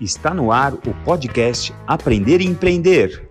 Está no ar o podcast Aprender e Empreender.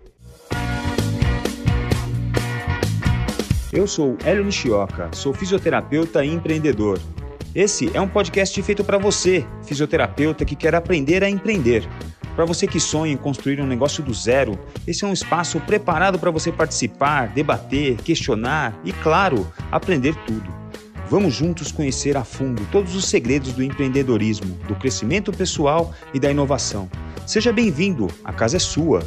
Eu sou Hélio Nishioka, sou fisioterapeuta e empreendedor. Esse é um podcast feito para você, fisioterapeuta que quer aprender a empreender. Para você que sonha em construir um negócio do zero, esse é um espaço preparado para você participar, debater, questionar e, claro, aprender tudo. Vamos juntos conhecer a fundo todos os segredos do empreendedorismo, do crescimento pessoal e da inovação. Seja bem-vindo, a casa é sua.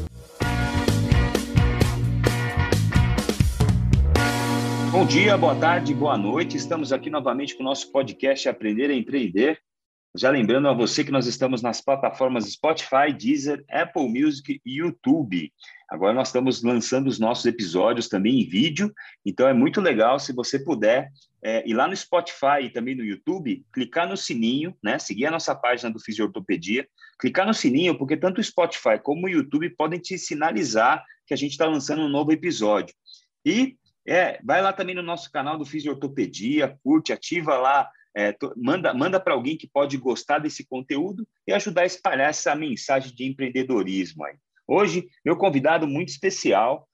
Bom dia, boa tarde, boa noite. Estamos aqui novamente com o nosso podcast Aprender a Empreender. Já lembrando a você que nós estamos nas plataformas Spotify, Deezer, Apple Music e YouTube. Agora nós estamos lançando os nossos episódios também em vídeo, então é muito legal se você puder ir lá no Spotify e também no YouTube, clicar no sininho, né? Seguir a nossa página do Fisiortopedia, clicar no sininho, porque tanto o Spotify como o YouTube podem te sinalizar que a gente está lançando um novo episódio. E vai lá também no nosso canal do Fisiortopedia, curte, ativa lá, manda para alguém que pode gostar desse conteúdo e ajudar a espalhar essa mensagem de empreendedorismo aí. Hoje, meu convidado muito especial,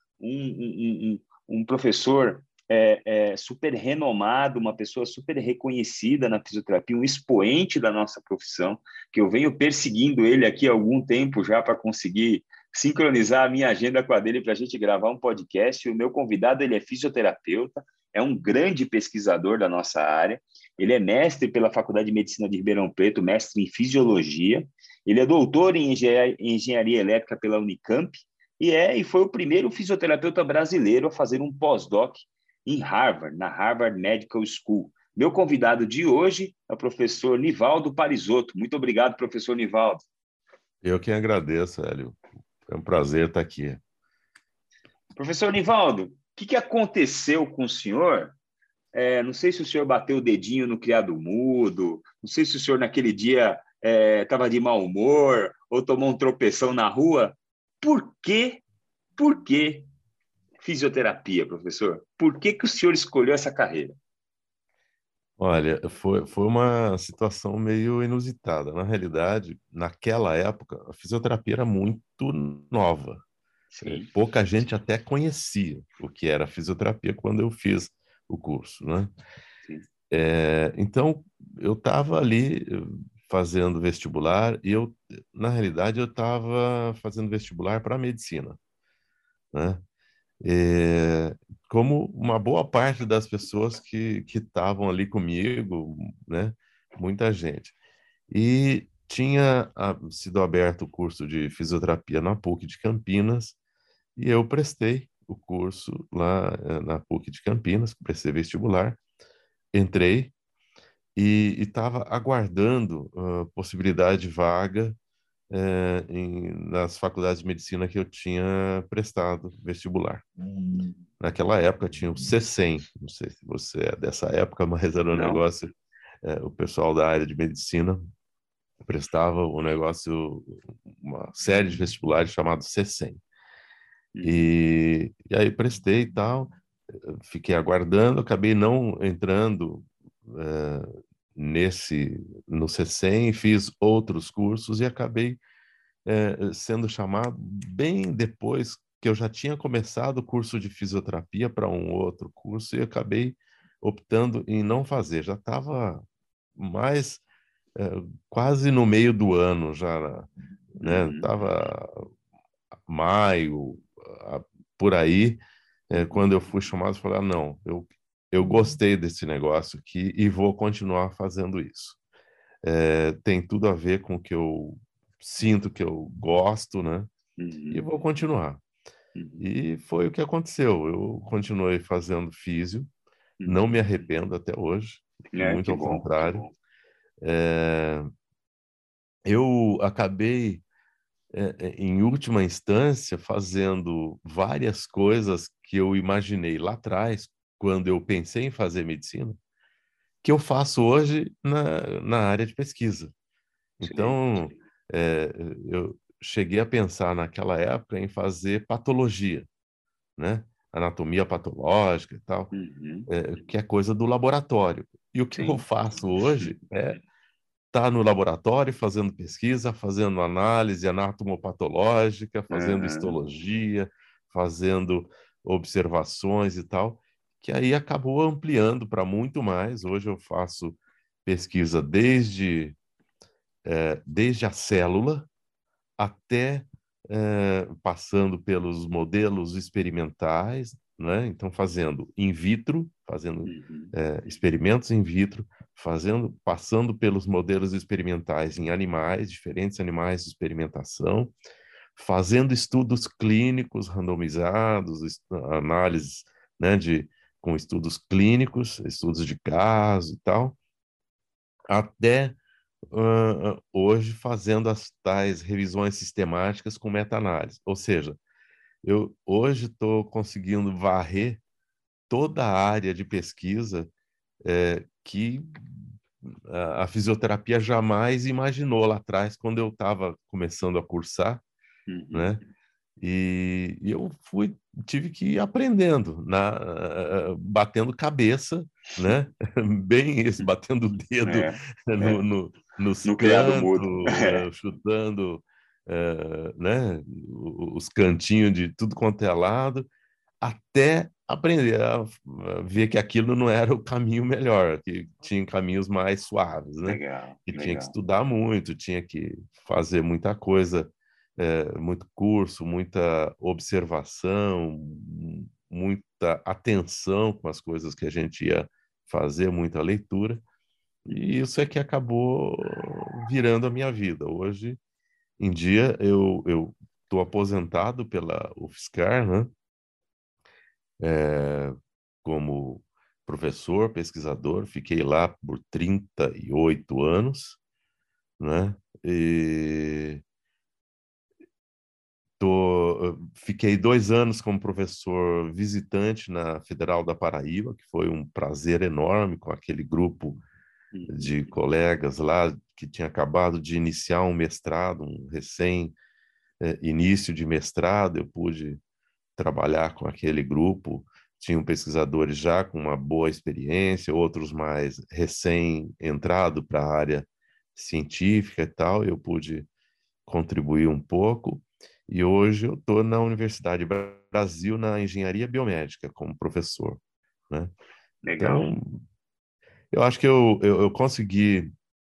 um professor super renomado, uma pessoa super reconhecida na fisioterapia, um expoente da nossa profissão, que eu venho perseguindo ele aqui há algum tempo já para conseguir sincronizar a minha agenda com a dele para a gente gravar um podcast. O meu convidado, ele é fisioterapeuta, é um grande pesquisador da nossa área, ele é mestre pela Faculdade de Medicina de Ribeirão Preto, mestre em Fisiologia, ele é doutor em Engenharia Elétrica pela Unicamp e foi o primeiro fisioterapeuta brasileiro a fazer um pós-doc em Harvard, na Harvard Medical School. Meu convidado de hoje é o professor Nivaldo Parisotto. Muito obrigado, professor Nivaldo. Eu que agradeço, Hélio. É um prazer estar aqui. Professor Nivaldo, o que aconteceu com o senhor? Não sei se o senhor bateu o dedinho no criado mudo, não sei se o senhor naquele dia estava de mau humor ou tomou um tropeção na rua. Por que fisioterapia, professor? Por que o senhor escolheu essa carreira? Olha, foi uma situação meio inusitada. Na realidade, naquela época, a fisioterapia era muito nova. Pouca gente até conhecia o que era fisioterapia quando eu fiz o curso, né? Então, eu estava ali fazendo vestibular e na realidade, eu estava fazendo vestibular para medicina, né? Como uma boa parte das pessoas que estavam ali comigo, né? Muita gente. E tinha sido aberto o curso de fisioterapia na PUC de Campinas e eu prestei o curso lá na PUC de Campinas, prestei vestibular, entrei e estava aguardando possibilidade de vaga nas faculdades de medicina que eu tinha prestado vestibular. Naquela época tinha o CESEM, não sei se você é dessa época, mas era um negócio, o pessoal da área de medicina prestava um negócio, uma série de vestibulares chamado CESEM. E aí prestei e tal, fiquei aguardando, acabei não entrando no CESEM, fiz outros cursos e acabei sendo chamado bem depois que eu já tinha começado o curso de fisioterapia para um outro curso e acabei optando em não fazer. Já estava mais quase no meio do ano já, né? Estava maio, por aí, quando eu fui chamado, eu falei, não, eu gostei desse negócio aqui e vou continuar fazendo isso. Tem tudo a ver com o que eu sinto que eu gosto, né? E vou continuar. E foi o que aconteceu. Eu continuei fazendo físio, não me arrependo até hoje, muito ao contrário. Eu acabei, em última instância, fazendo várias coisas que eu imaginei lá atrás, quando eu pensei em fazer medicina, que eu faço hoje na área de pesquisa. Então, eu cheguei a pensar naquela época em fazer patologia, né? Anatomia patológica e tal, que é coisa do laboratório. E o que eu faço hoje é tá no laboratório fazendo pesquisa, fazendo análise anatomopatológica, fazendo Uhum. histologia, fazendo observações e tal, que aí acabou ampliando para muito mais. Hoje eu faço pesquisa desde a célula até passando pelos modelos experimentais, né? Então fazendo in vitro, fazendo Uhum. experimentos in vitro, passando pelos modelos experimentais em animais, diferentes animais de experimentação, fazendo estudos clínicos randomizados, análises, né, com estudos clínicos, estudos de caso e tal, até hoje fazendo as tais revisões sistemáticas com meta-análise. Ou seja, eu hoje estou conseguindo varrer toda a área de pesquisa que a fisioterapia jamais imaginou lá atrás, quando eu estava começando a cursar, Uhum. né? E eu tive que ir aprendendo, batendo cabeça, né? Bem isso, batendo o dedo É, no, é. nos No criado cantos, mudo. É. chutando, né? Os cantinhos de tudo quanto é lado, até aprender a ver que aquilo não era o caminho melhor, que tinha caminhos mais suaves, né? Legal, Que tinha que legal. estudar muito, tinha que fazer muita coisa, muito curso, muita observação, muita atenção com as coisas que a gente ia fazer, muita leitura. E isso é que acabou virando a minha vida. Hoje em dia eu estou aposentado pela UFSCar, né? Como professor, pesquisador, fiquei lá por 38 anos, né? E fiquei 2 anos como professor visitante na Federal da Paraíba, que foi um prazer enorme com aquele grupo Uhum. de colegas lá que tinha acabado de iniciar um mestrado, um início de mestrado. Eu pude trabalhar com aquele grupo. Tinham pesquisadores já com uma boa experiência, outros mais recém-entrado para a área científica e tal. Eu pude contribuir um pouco. E hoje eu estou na Universidade Brasil, na engenharia biomédica, como professor, né? Legal. Então, eu acho que eu consegui,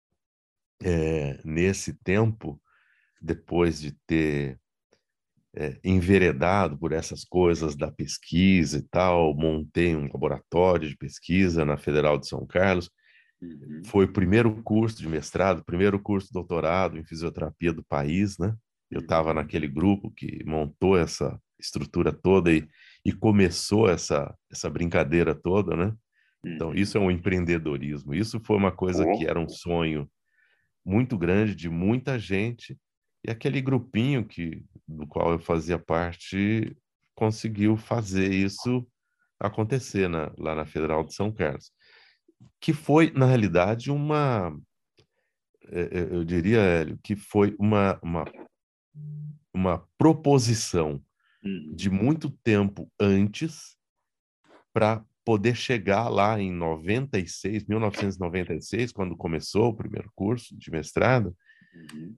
nesse tempo, depois de ter enveredado por essas coisas da pesquisa e tal, montei um laboratório de pesquisa na Federal de São Carlos. Uhum. Foi o primeiro curso de mestrado, primeiro curso de doutorado em fisioterapia do país, né? Eu estava Uhum. naquele grupo que montou essa estrutura toda e começou essa brincadeira toda, né? Então, Uhum. isso é um empreendedorismo. Isso foi uma coisa que Pô, era um sonho muito grande de muita gente, e aquele grupinho do qual eu fazia parte conseguiu fazer isso acontecer lá na Federal de São Carlos, que foi, na realidade, eu diria, Hélio, que foi uma proposição de uhum. muito tempo antes para poder chegar lá em 1996, quando começou o primeiro curso de mestrado, Uhum.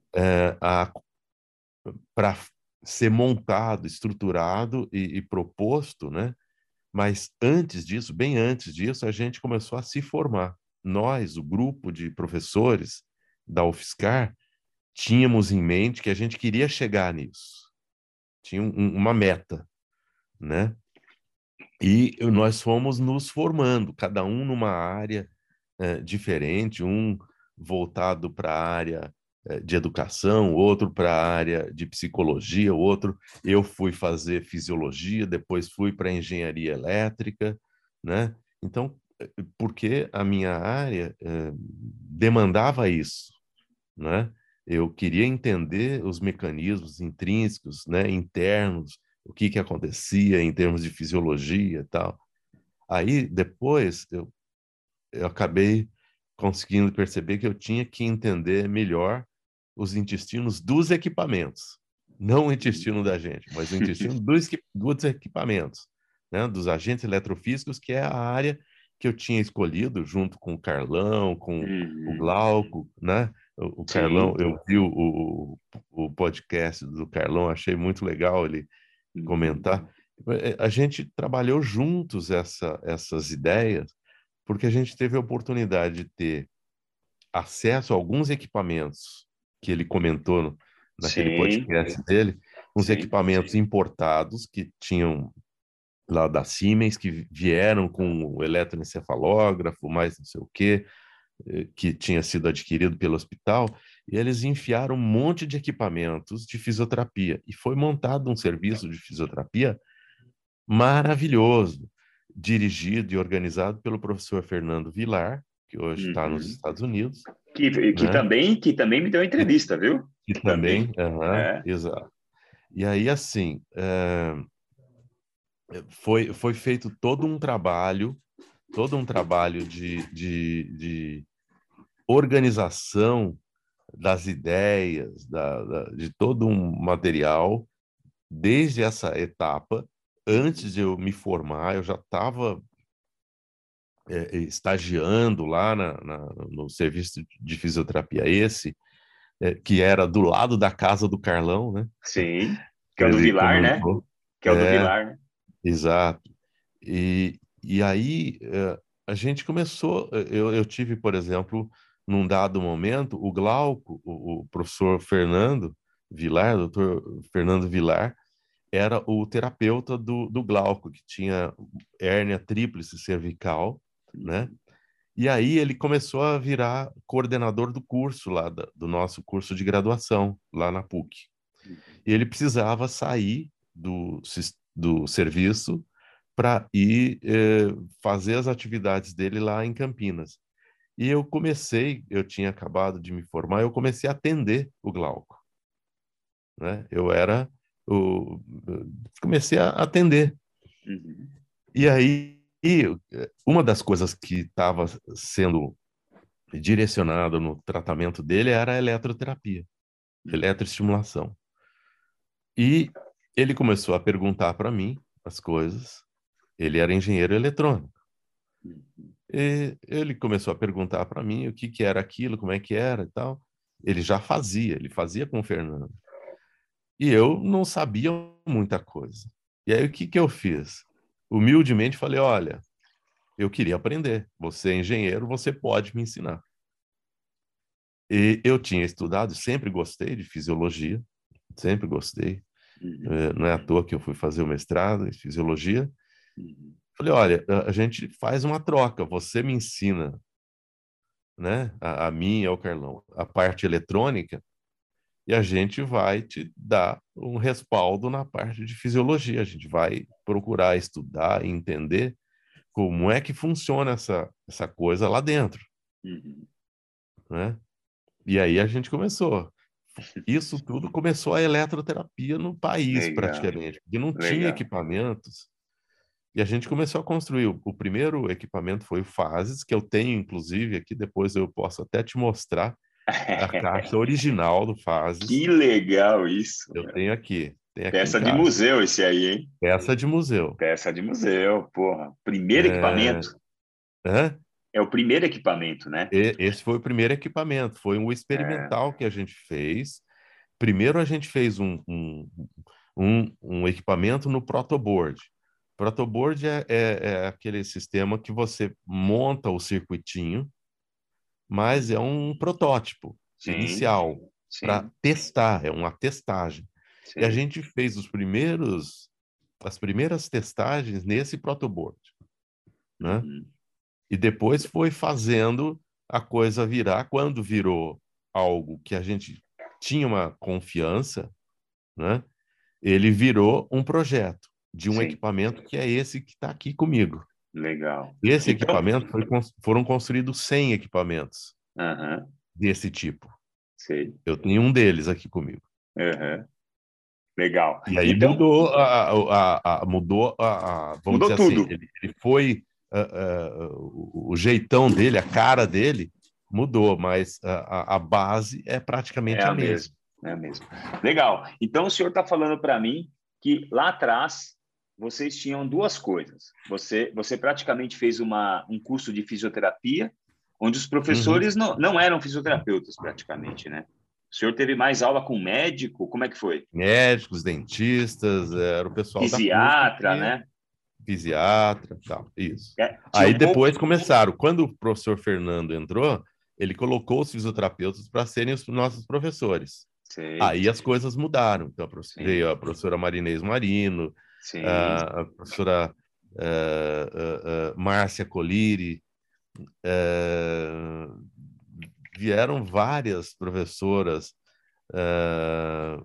para ser montado, estruturado e proposto, né? Mas antes disso, bem antes disso, a gente começou a se formar. Nós, o grupo de professores da UFSCar, tínhamos em mente que a gente queria chegar nisso. Tinha uma meta, né? E nós fomos nos formando, cada um numa área diferente, um voltado para a área de educação, outro para a área de psicologia, outro. Eu fui fazer fisiologia, depois fui para engenharia elétrica, né? Então, porque a minha área demandava isso, né? Eu queria entender os mecanismos intrínsecos, né, internos, o que acontecia em termos de fisiologia e tal. Aí, depois, eu acabei conseguindo perceber que eu tinha que entender melhor os intestinos dos equipamentos. Não o intestino da gente, mas o intestino dos equipamentos, né? Dos agentes eletrofísicos, que é a área que eu tinha escolhido, junto com o Carlão, com o Uhum. Glauco, né? O Carlão, Sim. eu vi o podcast do Carlão, achei muito legal ele Uhum. comentar. A gente trabalhou juntos essas ideias, porque a gente teve a oportunidade de ter acesso a alguns equipamentos que ele comentou naquele Sim, podcast dele, uns sim. equipamentos importados que tinham lá da Siemens, que vieram com o eletroencefalógrafo, mais não sei o quê, que tinha sido adquirido pelo hospital, e eles enfiaram um monte de equipamentos de fisioterapia. E foi montado um serviço de fisioterapia maravilhoso, dirigido e organizado pelo professor Fernando Vilar, que hoje está nos Uhum. Estados Unidos, Que né? também me deu E, entrevista, viu? e Também. também, aham, É. exato. E aí, assim, foi feito todo um trabalho de organização das ideias, de todo um material, desde essa etapa. Uhum. Antes de eu me formar, eu já estava estagiando lá no serviço de fisioterapia esse, que era do lado da casa do Carlão, né? Sim. Que Que é o do ele Vilar, né? comentou. Que é o do É, Vilar, né? exato. E aí a gente começou. Eu tive, por exemplo, num dado momento, o Glauco, o professor Fernando Vilar, doutor Fernando Vilar, era o terapeuta do Glauco, que tinha hérnia tríplice cervical, né? Uhum. E aí ele começou a virar coordenador do curso lá, do nosso curso de graduação, lá na PUC. E ele precisava sair do serviço para ir fazer as atividades dele lá em Campinas. E eu tinha acabado de me formar, eu comecei a atender o Glauco, né? O, comecei a atender. Uhum. E aí, uma das coisas que estava sendo direcionada no tratamento dele era a eletroterapia, Uhum. eletroestimulação. E ele começou a perguntar para mim as coisas. Ele era engenheiro eletrônico. Uhum. E ele começou a perguntar para mim o que que era aquilo, como é que era e tal. Ele fazia com o Fernando. E eu não sabia muita coisa. E aí o que que eu fiz? Humildemente falei, olha, eu queria aprender. Você é engenheiro, você pode me ensinar. E eu tinha estudado, sempre gostei de fisiologia, sempre gostei. Uhum. Não é à toa que eu fui fazer o mestrado em fisiologia. Uhum. Falei, olha, a gente faz uma troca. Você me ensina, né, a mim e ao Carlão, a parte eletrônica, e a gente vai te dar um respaldo na parte de fisiologia. A gente vai procurar estudar e entender como é que funciona essa coisa lá dentro, Uhum. né? E aí a gente começou. Isso tudo começou a eletroterapia no país, Legal, praticamente, porque não tinha legal. equipamentos. E a gente começou a construir. O primeiro equipamento foi o Fases, que eu tenho, inclusive, aqui, depois eu posso até te mostrar a caixa original do Que Fases. legal isso, Eu meu. tenho aqui, tem aqui em Peça de casa. museu esse aí, hein? Peça de museu. Peça de museu, porra. Primeiro É... equipamento. Hã? É o primeiro equipamento, né? Esse foi o primeiro equipamento, foi um É. experimental que a gente fez. Primeiro a gente fez um equipamento no protoboard. Protoboard é aquele sistema que você monta o circuitinho, mas é um protótipo Sim, inicial para sim, testar, é uma testagem. E a sim. gente fez as primeiras testagens nesse protoboard, né? Uhum. E depois foi fazendo a coisa virar. Quando virou algo que a gente tinha uma confiança, né? Ele virou um projeto de um Sim, equipamento que é esse que está aqui comigo. legal. Esse Então, equipamento foram construídos 100 equipamentos aham, desse tipo. sei. Eu tenho um deles aqui comigo. Aham, legal. E aí Então, mudou vamos mudou dizer assim, tudo. ele foi o jeitão dele, a cara dele mudou, mas a base é É praticamente a a mesma. mesma, é a mesma. Legal. Então, o senhor está falando para mim que lá atrás vocês tinham duas coisas. Você praticamente fez um curso de fisioterapia, onde os Uhum. professores não eram fisioterapeutas, praticamente, né? O senhor teve mais aula com médico? Como é que foi? Médicos, dentistas, era o pessoal da PUC Fisiatra, que né? fisiatra, tal, isso. Tinha Aí um pouco... depois começaram. Quando o professor Fernando entrou, ele colocou os fisioterapeutas para serem os nossos professores. Sei, Aí as coisas mudaram. Então veio sim, a professora Marinês Marino, sim, a professora Márcia Coliri, eh, vieram várias professoras eh,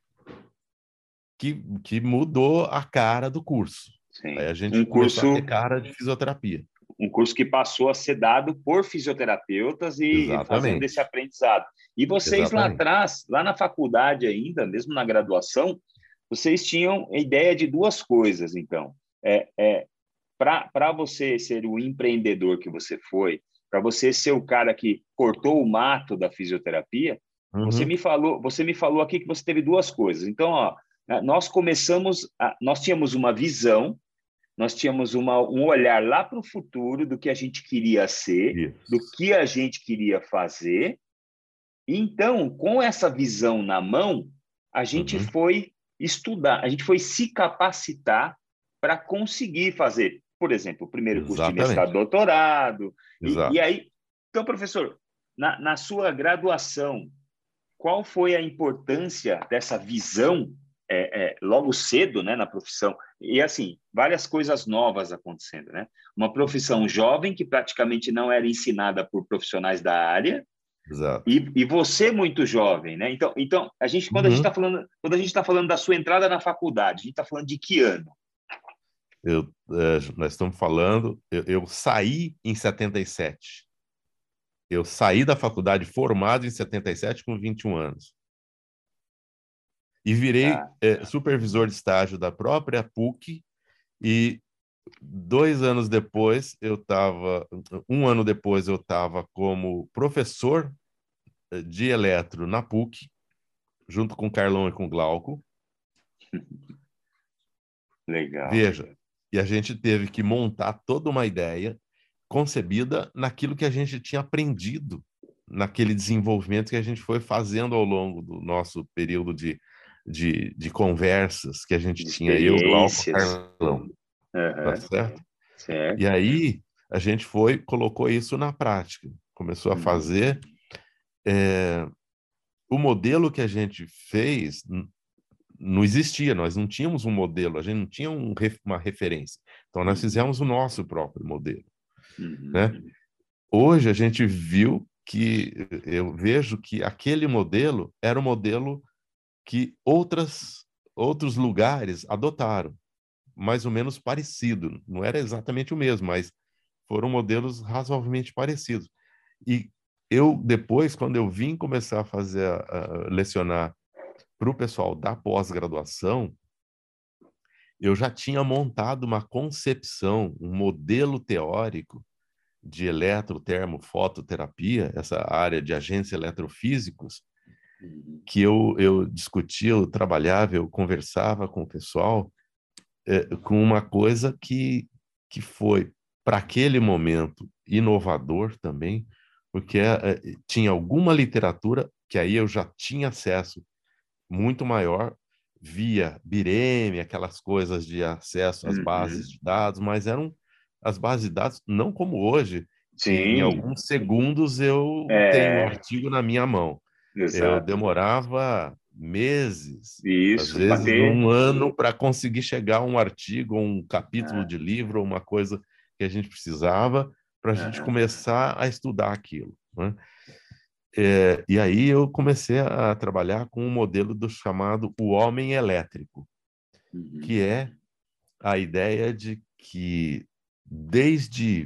que mudou a cara do curso. Aí sim. a gente começou a ter cara de fisioterapia. Um curso que passou a ser dado por fisioterapeutas e fazendo esse Exatamente, aprendizado. E vocês lá exatamente. atrás, lá na faculdade ainda, mesmo na graduação, vocês tinham a ideia de duas coisas, então. Para você ser o empreendedor que você foi, para você ser o cara que cortou o mato da fisioterapia, Uhum, você me falou aqui que você teve duas coisas. Então, ó, nós tínhamos uma visão, nós tínhamos um olhar lá para o futuro do que a gente queria ser, do isso. que a gente queria fazer. E então, com essa visão na mão, a gente Uhum, foi estudar, a gente foi se capacitar para conseguir fazer, por exemplo, o primeiro curso de mestrado, exatamente. doutorado. E Exato. aí, então, professor, na sua graduação, qual foi a importância dessa visão logo cedo, né, na profissão? E assim, várias coisas novas acontecendo, né? Uma profissão jovem que praticamente não era ensinada por profissionais da área Exato. e você muito jovem, né? Então a gente Uhum. quando a gente está falando da sua entrada na faculdade, a gente está falando de que ano? Nós estamos falando, eu saí em 77. Eu saí da faculdade formado em 77 com 21 anos. E virei Tá, supervisor de estágio da própria PUC e 2 anos depois eu estava, um ano depois eu estava como professor de eletro na PUC, junto com o Carlão e com o Glauco. legal. Veja, e a gente teve que montar toda uma ideia concebida naquilo que a gente tinha aprendido, naquele desenvolvimento que a gente foi fazendo ao longo do nosso período de conversas que a gente De tinha, eu, Glauco, experiências. Carlão, tá Uhum, certo? E certo. aí a gente colocou isso na prática, começou a Uhum, fazer. é, o modelo que a gente fez não existia, nós não tínhamos um modelo, a gente não tinha uma referência. Então, nós uhum, fizemos o nosso próprio modelo, uhum, né? Hoje, a gente viu que, eu vejo que aquele modelo era o modelo que outros lugares adotaram, mais ou menos parecido. Não era exatamente o mesmo, mas foram modelos razoavelmente parecidos. E eu, depois, quando eu vim começar a fazer, lecionar para o pessoal da pós-graduação, eu já tinha montado uma concepção, um modelo teórico de eletrotermofototerapia, essa área de agentes eletrofísicos, uhum. que eu discutia, eu trabalhava, eu conversava com o pessoal, com uma coisa que foi, para aquele momento, inovador também, porque tinha alguma literatura que aí eu já tinha acesso muito maior via Bireme, aquelas coisas de acesso às bases Uhum. de dados, mas eram as bases de dados não como hoje, que em Sim, alguns segundos eu tenho o é, artigo na minha mão. Eu exato. demorava meses, às Isso, vezes bater. um ano, para conseguir chegar a um artigo, um capítulo Ah, de livro, uma coisa que a gente precisava para a gente aham, começar a estudar aquilo, né? E aí eu comecei a trabalhar com um modelo do chamado o homem elétrico, uhum, que é a ideia de que desde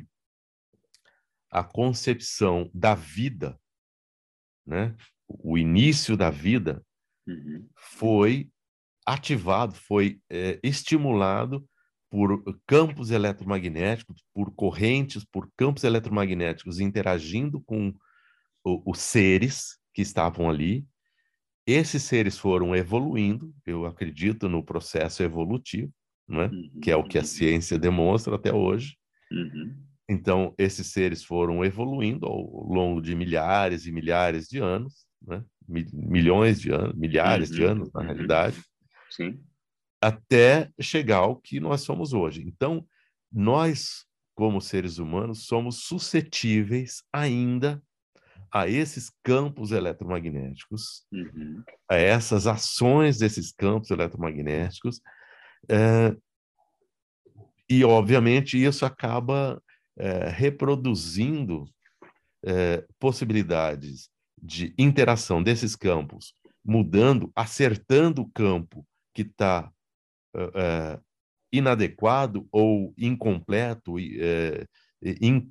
a concepção da vida, né, o início da vida uhum, foi ativado, foi estimulado por campos eletromagnéticos, por correntes, por campos eletromagnéticos interagindo com os seres que estavam ali. Esses seres foram evoluindo, eu acredito no processo evolutivo, não é? Que é o que a Uhum. ciência demonstra até hoje. Uhum. Então, esses seres foram evoluindo ao longo de milhares e milhares de anos, né? Milhões de anos, milhares de Uhum. anos, na Uhum. realidade, Sim. até chegar ao que nós somos hoje. Então, nós, como seres humanos, somos suscetíveis ainda a esses campos eletromagnéticos, Uhum. a essas ações desses campos eletromagnéticos, eh, e, obviamente, isso acaba reproduzindo possibilidades de interação desses campos, mudando, acertando o campo que está inadequado ou incompleto, in,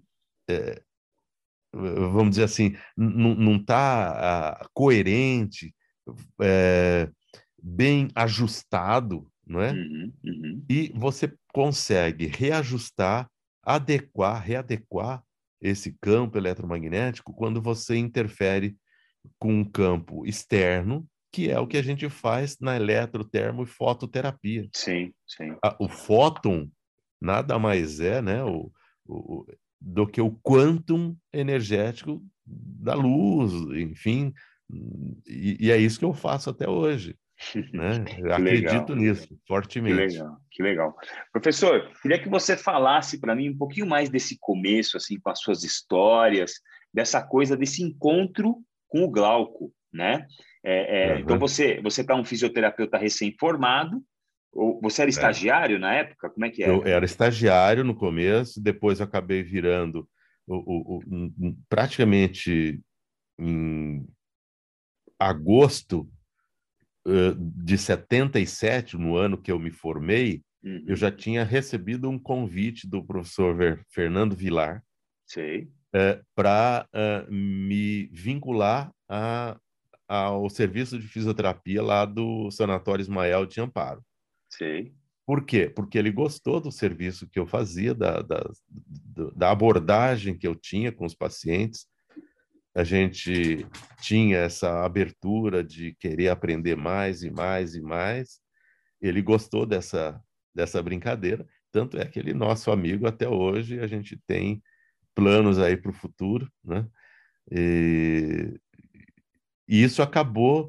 vamos dizer assim, não está coerente, é, bem ajustado, não é? Uhum. Uhum. E você consegue reajustar, adequar, readequar esse campo eletromagnético quando você interfere com um campo externo, que é o que a gente faz na eletrotermo e fototerapia. Sim, sim. O fóton nada mais é, né, o, do que o quantum energético da luz, enfim, e é isso que eu faço até hoje, né? Eu Que legal. acredito nisso Que fortemente. legal, que legal. Professor, queria que você falasse para mim um pouquinho mais desse começo, assim, com as suas histórias, dessa coisa, desse encontro com o Glauco, né? Então, Uhum. você está um fisioterapeuta recém-formado, ou você era É. estagiário na época? Como é que Eu era? era estagiário no começo, depois eu acabei virando praticamente em agosto de 77, no ano que eu me formei, eu Uhum, já tinha recebido um convite do professor Fernando Vilar sei, para me vincular ao serviço de fisioterapia lá do Sanatório Ismael de Amparo. sei. Por quê? Porque ele gostou do serviço que eu fazia, da abordagem que eu tinha com os pacientes. A gente tinha essa abertura de querer aprender mais e mais e mais. Ele gostou dessa brincadeira, tanto é que ele é nosso amigo até hoje, a gente tem planos aí para o futuro, né? E, e isso acabou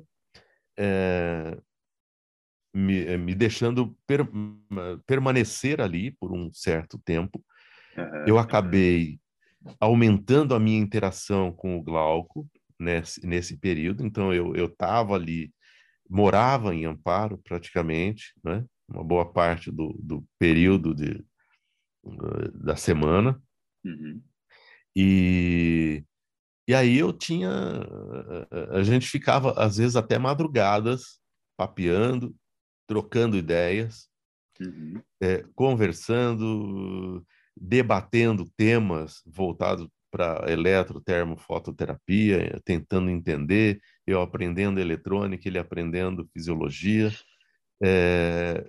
me deixando permanecer ali por um certo tempo. Eu Aham, acabei aumentando a minha interação com o Glauco nesse período, então eu estava ali, morava em Amparo praticamente, né? Uma boa parte do período da semana. uhum, E, e aí eu tinha. A gente ficava, às vezes, até madrugadas, papeando, trocando ideias, uhum, conversando, debatendo temas voltados para eletrotermofototerapia, tentando entender, eu aprendendo eletrônica, ele aprendendo fisiologia, é,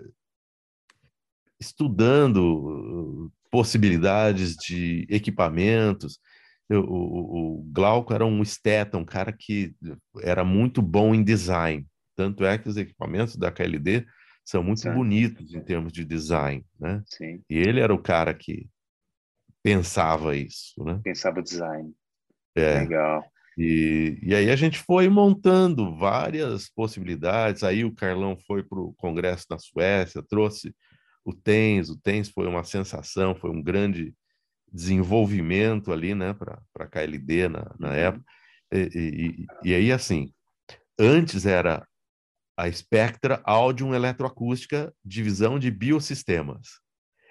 estudando possibilidades de equipamentos. O Glauco era um esteta, um cara que era muito bom em design. Tanto é que os equipamentos da KLD são muito sim, bonitos em termos de design, né? sim. E ele era o cara que pensava isso, né? Pensava design. É. Legal. E aí a gente foi montando várias possibilidades. Aí o Carlão foi para o Congresso na Suécia, trouxe o TENS foi uma sensação, foi um grande desenvolvimento ali, né, para a KLD na Uhum, época. E aí, assim, antes era a Spectra Audio Eletroacústica, divisão de biosistemas.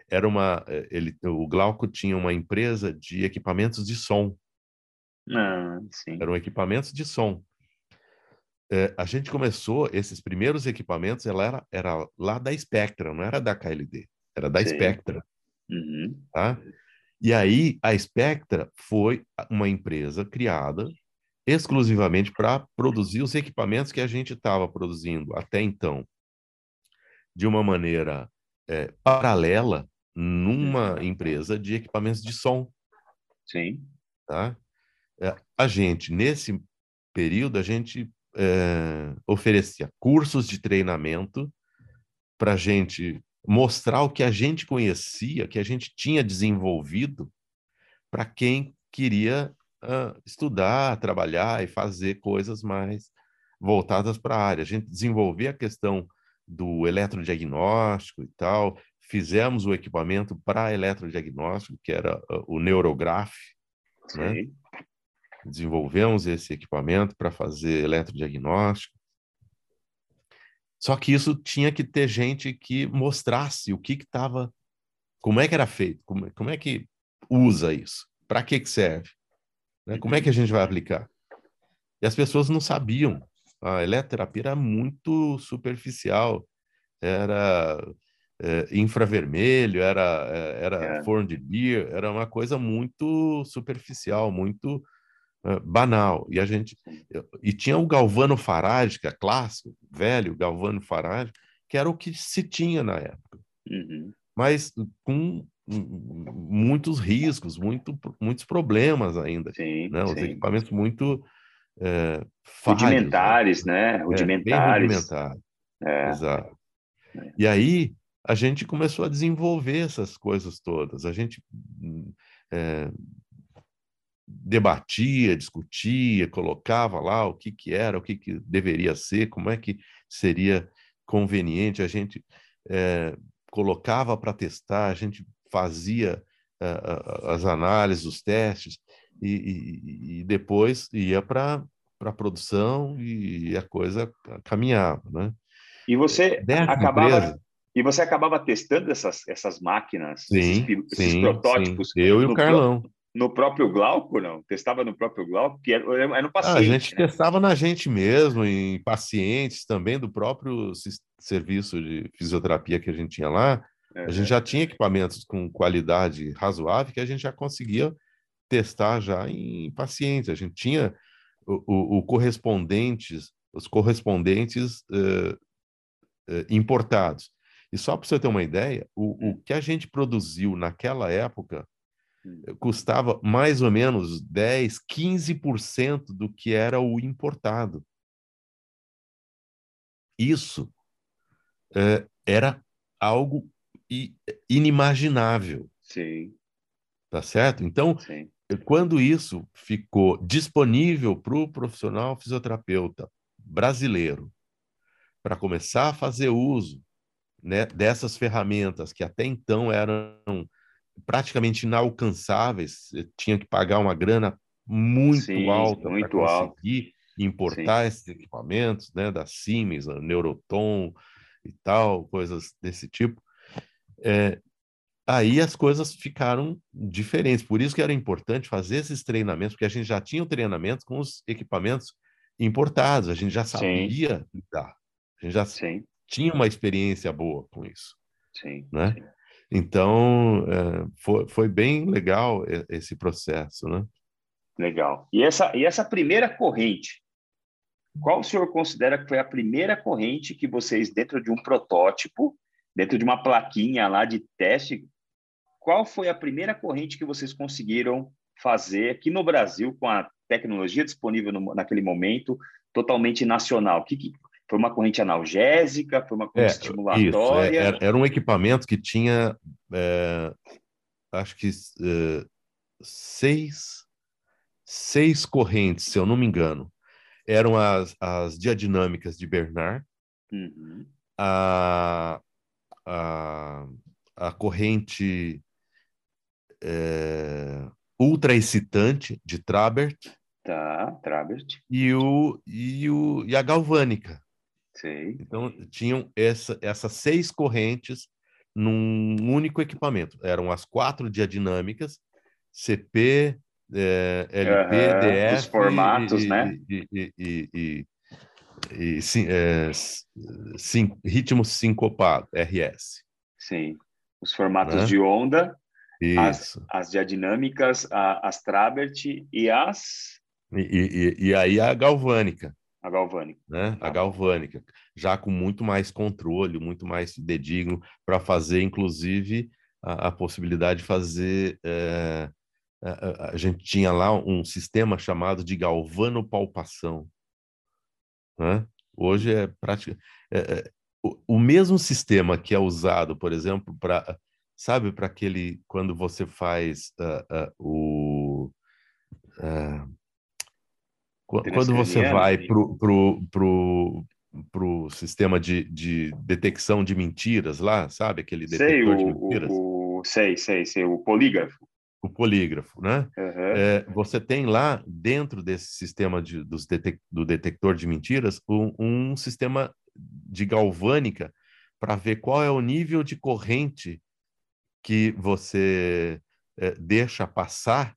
O Glauco tinha uma empresa de equipamentos de som, ah, sim, eram equipamentos de som. A gente começou, esses primeiros equipamentos, ela era lá da Spectra, não era da KLD, era da sei. Spectra, Uhum, tá? E aí a Spectra foi uma empresa criada exclusivamente para produzir os equipamentos que a gente estava produzindo até então, de uma maneira paralela, numa uhum, empresa de equipamentos de som, sim. tá? A gente, nesse período, a gente oferecia cursos de treinamento para gente mostrar o que a gente conhecia, que a gente tinha desenvolvido para quem queria estudar, trabalhar e fazer coisas mais voltadas para a área. A gente desenvolveu a questão do eletrodiagnóstico e tal, fizemos o equipamento para eletrodiagnóstico, que era o Neurograph, né? Sim. Desenvolvemos esse equipamento para fazer eletrodiagnóstico. Só que isso tinha que ter gente que mostrasse o que estava, como é que era feito, como é que usa isso, para que serve, né? Como é que a gente vai aplicar? E as pessoas não sabiam. A eletroterapia era muito superficial, era infravermelho, era É. forno de Beer, era uma coisa muito superficial, muito banal. E tinha o Galvano Farage, que é clássico, velho Galvano Farage, que era o que se tinha na época, Uhum. mas com muitos riscos, muitos problemas ainda, Sim, né? Os sim. equipamentos muito falhos, Rudimentares, né? bem Rudimentares. rudimentares, É. exato. E aí a gente começou a desenvolver essas coisas todas. A gente é, debatia, discutia, colocava lá o que era, o que deveria ser, como é que seria conveniente. A gente colocava para testar, a gente fazia as análises, os testes, e depois ia para a produção e a coisa caminhava, né? E você Dessa acabava empresa, e você acabava testando essas máquinas, sim, esses sim, sim. protótipos Eu e o no, Carlão. no próprio Glauco, não? Testava no próprio Glauco, que era um A paciente, gente né? testava na gente mesmo, em pacientes também do próprio serviço de fisioterapia que a gente tinha lá. A gente Uhum. já tinha equipamentos com qualidade razoável que a gente já conseguia testar já em pacientes. A gente tinha os correspondentes importados. E só para você ter uma ideia, o Hum, que a gente produziu naquela época hum. custava mais ou menos 10, 15% do que era o importado. Isso era algo inimaginável, Sim, tá certo? Então, sim, quando isso ficou disponível para o profissional fisioterapeuta brasileiro para começar a fazer uso, né, dessas ferramentas que até então eram praticamente inalcançáveis, você tinha que pagar uma grana muito sim, alta para muito alto, conseguir sim, importar esses equipamentos, né, da Siemens, a Neuroton e tal, coisas desse tipo. Aí as coisas ficaram diferentes. Por isso que era importante fazer esses treinamentos, porque a gente já tinha o treinamento com os equipamentos importados, a gente já sim, sabia lidar, a gente já sim, tinha uma experiência boa com isso, sim, né? sim. Então, foi bem legal esse processo, né? Legal. E essa primeira corrente, qual o senhor considera que foi a primeira corrente que vocês, dentro de um protótipo, dentro de uma plaquinha lá de teste, qual foi a primeira corrente que vocês conseguiram fazer aqui no Brasil com a tecnologia disponível naquele momento, totalmente nacional? Foi uma corrente analgésica? Foi uma corrente Isso. estimulatória? Era um equipamento que tinha, é, acho que, seis, seis correntes, se eu não me engano. Eram as diadinâmicas de Bernard, Uhum. a, a, a corrente ultra excitante de Trabert Tá, Trabert. e a galvânica. Sei. Então, tinham essas seis correntes num único equipamento. Eram as quatro diadinâmicas, CP, LP, Aham. Os DF formatos, né? ritmo sincopado, RS, Sim. Os formatos né? de onda, Isso. as diadinâmicas, as Trabert e E aí a galvânica, a galvânica. né? A Tá bom. galvânica, já com muito mais controle, muito mais fidedigno, para fazer, inclusive, a possibilidade de fazer. A gente tinha lá um sistema chamado de galvanopalpação, né? Hoje é prática. o mesmo sistema que é usado, por exemplo, sabe, para aquele, quando você faz quando você Transcraniano? vai pro sistema de detecção de mentiras lá, sabe, aquele Sei, detector de mentiras, sei, o polígrafo. o polígrafo, né? Aham. Você tem lá, dentro desse sistema do detector de mentiras, um sistema de galvânica para ver qual é o nível de corrente que você deixa passar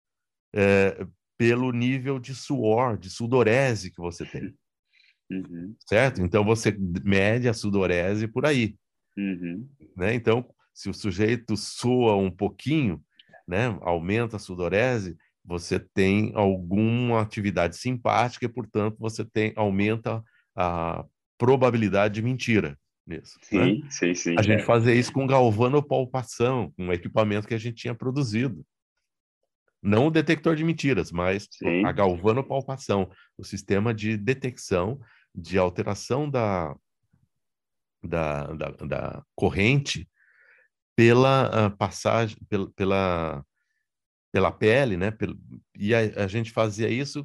pelo nível de suor, de sudorese que você tem, Uhum, certo? Então você mede a sudorese por aí, uhum. né? Então, se o sujeito sua um pouquinho, né, aumenta a sudorese, você tem alguma atividade simpática e, portanto, aumenta a probabilidade de mentira nisso, né? Sim, sim, sim. A gente fazia isso com galvanopalpação, um equipamento que a gente tinha produzido. Não o detector de mentiras, mas a Sim, galvanopalpação, o sistema de detecção de alteração da corrente pela passagem, pela pele, né? E a gente fazia isso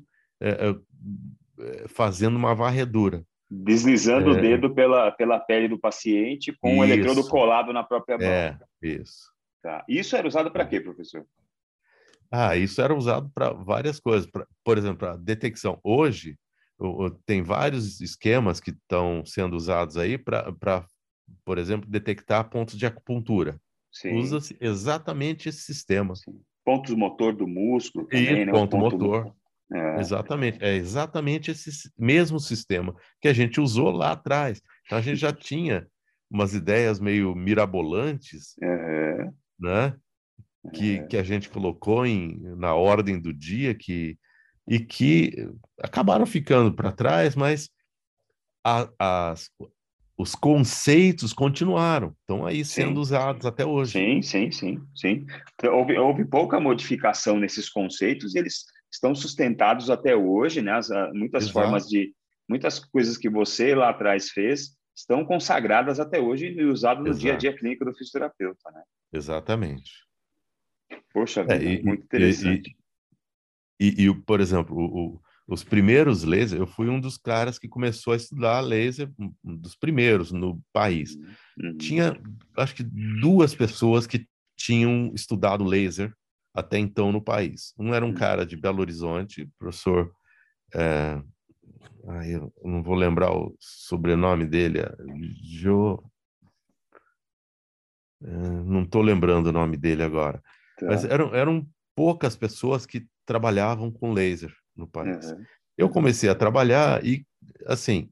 fazendo uma varredura. deslizando o É, dedo pela pele do paciente com o eletrodo isso, colado na própria mão. isso. Tá. Isso era usado para quê, professor? Isso era usado para várias coisas. Por exemplo, para detecção. Hoje, tem vários esquemas que estão sendo usados aí para, por exemplo, detectar pontos de acupuntura. Sim, Usa-se exatamente esse sistema. sim. Pontos motor do músculo E também, né? O ponto ponto. motor. É, Exatamente. É exatamente esse mesmo sistema que a gente usou lá atrás. Então, a gente já tinha umas ideias meio mirabolantes, é, né? Que a gente colocou na ordem do dia e que acabaram ficando para trás, mas a- as, os conceitos continuaram, estão aí sendo sim, usados até hoje. sim, sim, sim, sim. Então, houve pouca modificação nesses conceitos e eles estão sustentados até hoje, né? Muitas formas Exato, muitas coisas que você lá atrás fez estão consagradas até hoje e usadas no dia a exato, dia clínico do fisioterapeuta, né? exatamente. Poxa É, vida, muito interessante. por exemplo, os primeiros lasers, eu fui um dos caras que começou a estudar laser, um dos primeiros no país. Uhum, uhum, Tinha, acho que duas pessoas que tinham estudado laser até então no país. Um era um uhum. cara de Belo Horizonte, professor, é, eu não vou lembrar o sobrenome dele, Jo, não estou lembrando o nome dele agora, mas Tá. eram poucas pessoas que trabalhavam com laser no país. Uhum, Eu comecei a trabalhar e, assim,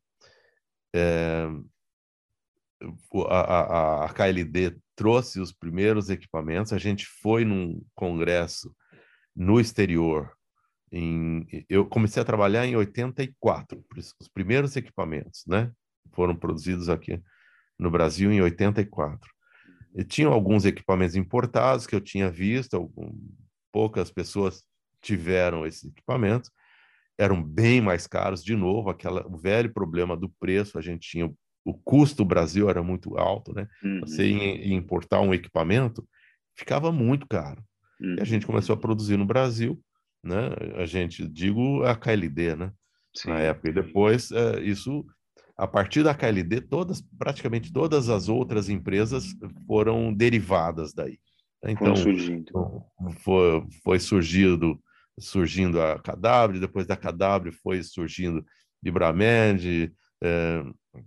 a KLD trouxe os primeiros equipamentos, a gente foi num congresso no exterior. Eu comecei a trabalhar em 84, por isso, os primeiros equipamentos, né? Foram produzidos aqui no Brasil em 84. E tinham alguns equipamentos importados que eu tinha visto, poucas pessoas tiveram esses equipamentos, eram bem mais caros, de novo, o velho problema do preço, a gente tinha o custo do Brasil era muito alto, né? Você uhum, ia importar um equipamento, ficava muito caro. E a gente uhum. começou a produzir no Brasil, né? A gente, digo a KLD, né? Na Sim, época. E depois, a partir da KLD, praticamente todas as outras empresas foram derivadas daí. foram Então, surgindo. foi surgindo a KW, depois da KW foi surgindo Libramed, é,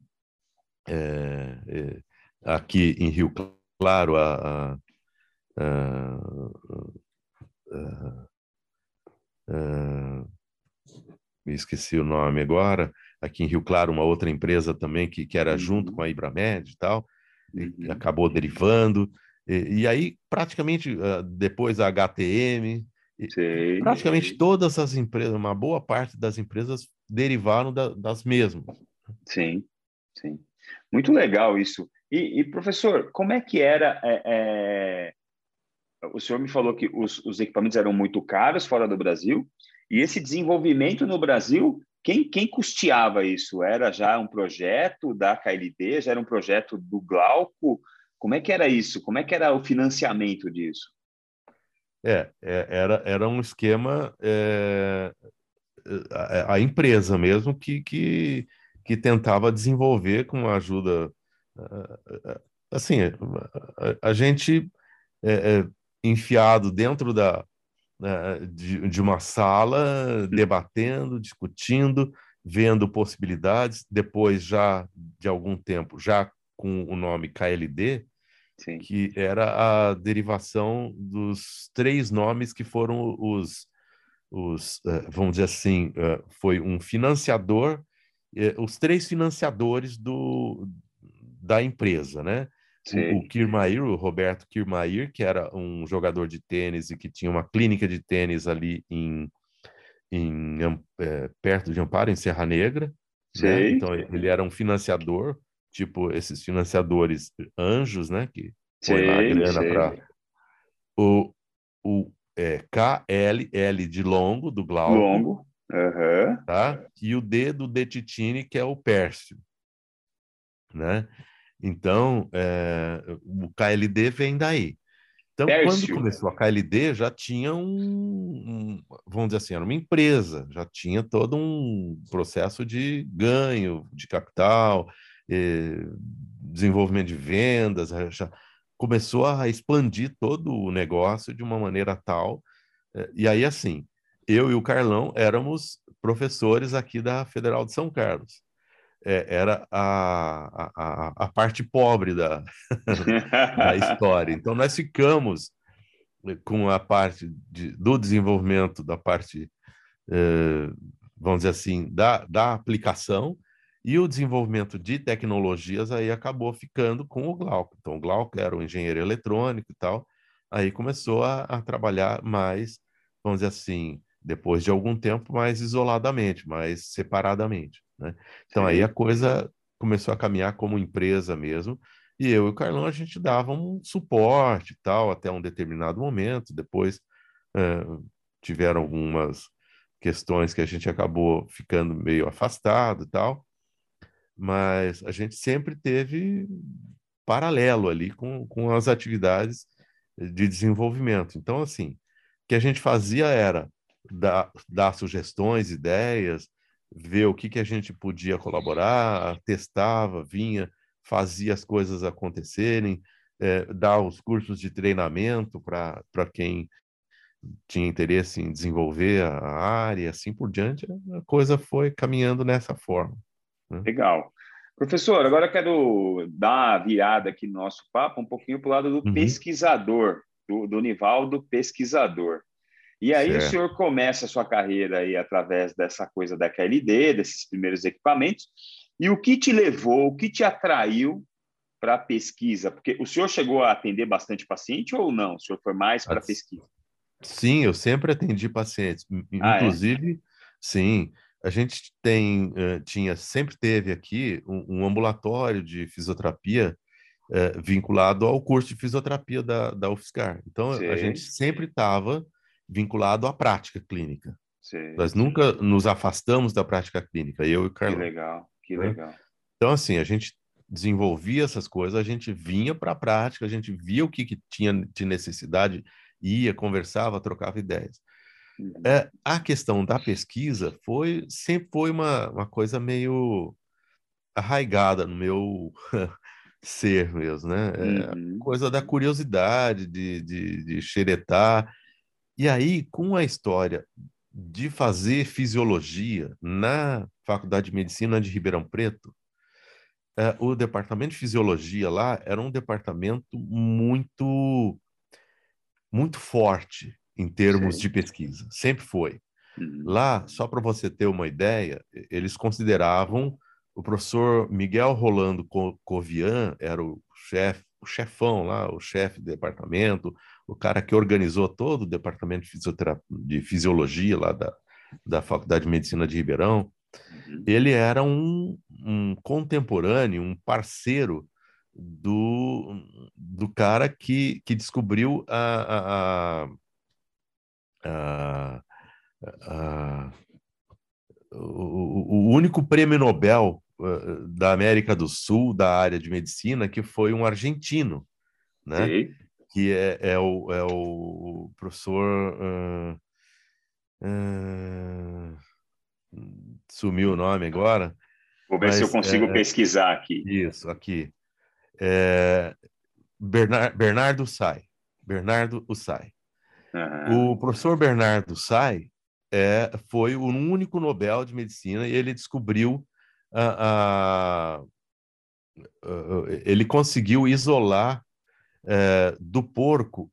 aqui em Rio Claro, a, me esqueci o nome agora, aqui em Rio Claro, uma outra empresa também que era junto com Uhum, a Ibramed e tal, e uhum. acabou derivando. E aí, praticamente, depois a HTM, Sei. praticamente todas as empresas, uma boa parte das empresas derivaram das mesmas. Sim, sim. Muito legal isso. Professor, como é que era? O senhor me falou que os equipamentos eram muito caros fora do Brasil, e esse desenvolvimento no Brasil Quem custeava isso? Era já um projeto da KLD? Já era um projeto do Glauco? Como é que era isso? Como é que era o financiamento disso? Era um esquema, a empresa mesmo que tentava desenvolver com a ajuda, assim, a gente é, é, enfiado dentro de uma sala, debatendo, discutindo, vendo possibilidades. Depois, já de algum tempo, já com o nome KLD, Sim, que era a derivação dos três nomes que foram vamos dizer assim, foi um financiador, os três financiadores da empresa, né? O sei, Kiermaier, o Roberto Kiermaier, que era um jogador de tênis e que tinha uma clínica de tênis ali perto de Amparo, em Serra Negra, né? sei, Então ele era um financiador, tipo esses financiadores anjos, né? Que põe lá a sei, grana sei. para o KLL de longo, do Glauco, Longo. Aham. tá? E o D do Detitini, que é o Pércio, né? Então, o KLD vem daí. Então, quando Tércio. começou a KLD, já tinha vamos dizer assim, era uma empresa, já tinha todo um processo de ganho de capital, desenvolvimento de vendas, já começou a expandir todo o negócio de uma maneira tal. E aí, assim, eu e o Carlão éramos professores aqui da Federal de São Carlos. Era a parte pobre da história. Então, nós ficamos com a parte do desenvolvimento da parte, eh, vamos dizer assim, da aplicação, e o desenvolvimento de tecnologias aí acabou ficando com o Glauco. Então, o Glauco era um engenheiro eletrônico e tal, aí começou a trabalhar mais, vamos dizer assim, depois de algum tempo, mais isoladamente, mais separadamente, né? Então, aí a Sei. coisa começou a caminhar como empresa mesmo, e eu e o Carlão, a gente dava um suporte e tal, até um determinado momento. Depois, eh, tiveram algumas questões que a gente acabou ficando meio afastado e tal, mas a gente sempre teve paralelo ali com as atividades de desenvolvimento. Então, assim, o que a gente fazia era dar sugestões, ideias, ver o que a gente podia colaborar, testava, vinha, fazia as coisas acontecerem, dar os cursos de treinamento para quem tinha interesse em desenvolver a área, e assim por diante. A coisa foi caminhando nessa forma, né? Legal. Professor, agora eu quero dar uma virada aqui no nosso papo um pouquinho para o lado do Uhum. pesquisador, do Nivaldo pesquisador. E aí o Certo. senhor começa a sua carreira aí através dessa coisa da KLD, desses primeiros equipamentos, e o que te levou, o que te atraiu para a pesquisa? Porque o senhor chegou a atender bastante paciente ou não? O senhor foi mais para pesquisa? Sim, eu sempre atendi pacientes. Ah, é? Inclusive, sim, a gente sempre teve aqui um ambulatório de fisioterapia, vinculado ao curso de fisioterapia da UFSCar. Então, a gente Sei, sempre estava vinculado à prática clínica. sei. Nós nunca nos afastamos da prática clínica, eu e o Que Carlão, legal, que né? legal. Então, assim, a gente desenvolvia essas coisas, a gente vinha para a prática, a gente via o que tinha de necessidade, ia, conversava, trocava ideias. Uhum, A questão da pesquisa sempre foi uma coisa meio arraigada no meu ser mesmo, né? uhum, Coisa da curiosidade, de xeretar. E aí, com a história de fazer fisiologia na Faculdade de Medicina de Ribeirão Preto, o departamento de fisiologia lá era um departamento muito forte em termos sei. de pesquisa, sempre foi. Uhum, Lá, só para você ter uma ideia, eles consideravam o professor Miguel Rolando Covian, era o chefão lá, o chefe do departamento, o cara que organizou todo o departamento de fisiologia lá da Faculdade de Medicina de Ribeirão. uhum. Ele era um contemporâneo, um parceiro do cara que descobriu a, a, o único prêmio Nobel da América do Sul, da área de medicina, que foi um argentino, né? Sei. Que é o professor... sumiu o nome agora, Vou ver se eu mas consigo pesquisar aqui. isso, aqui. É, Bernardo Say. Bernardo Say. Aham. O professor Bernardo Say foi o único Nobel de Medicina e ele descobriu ele conseguiu isolar do porco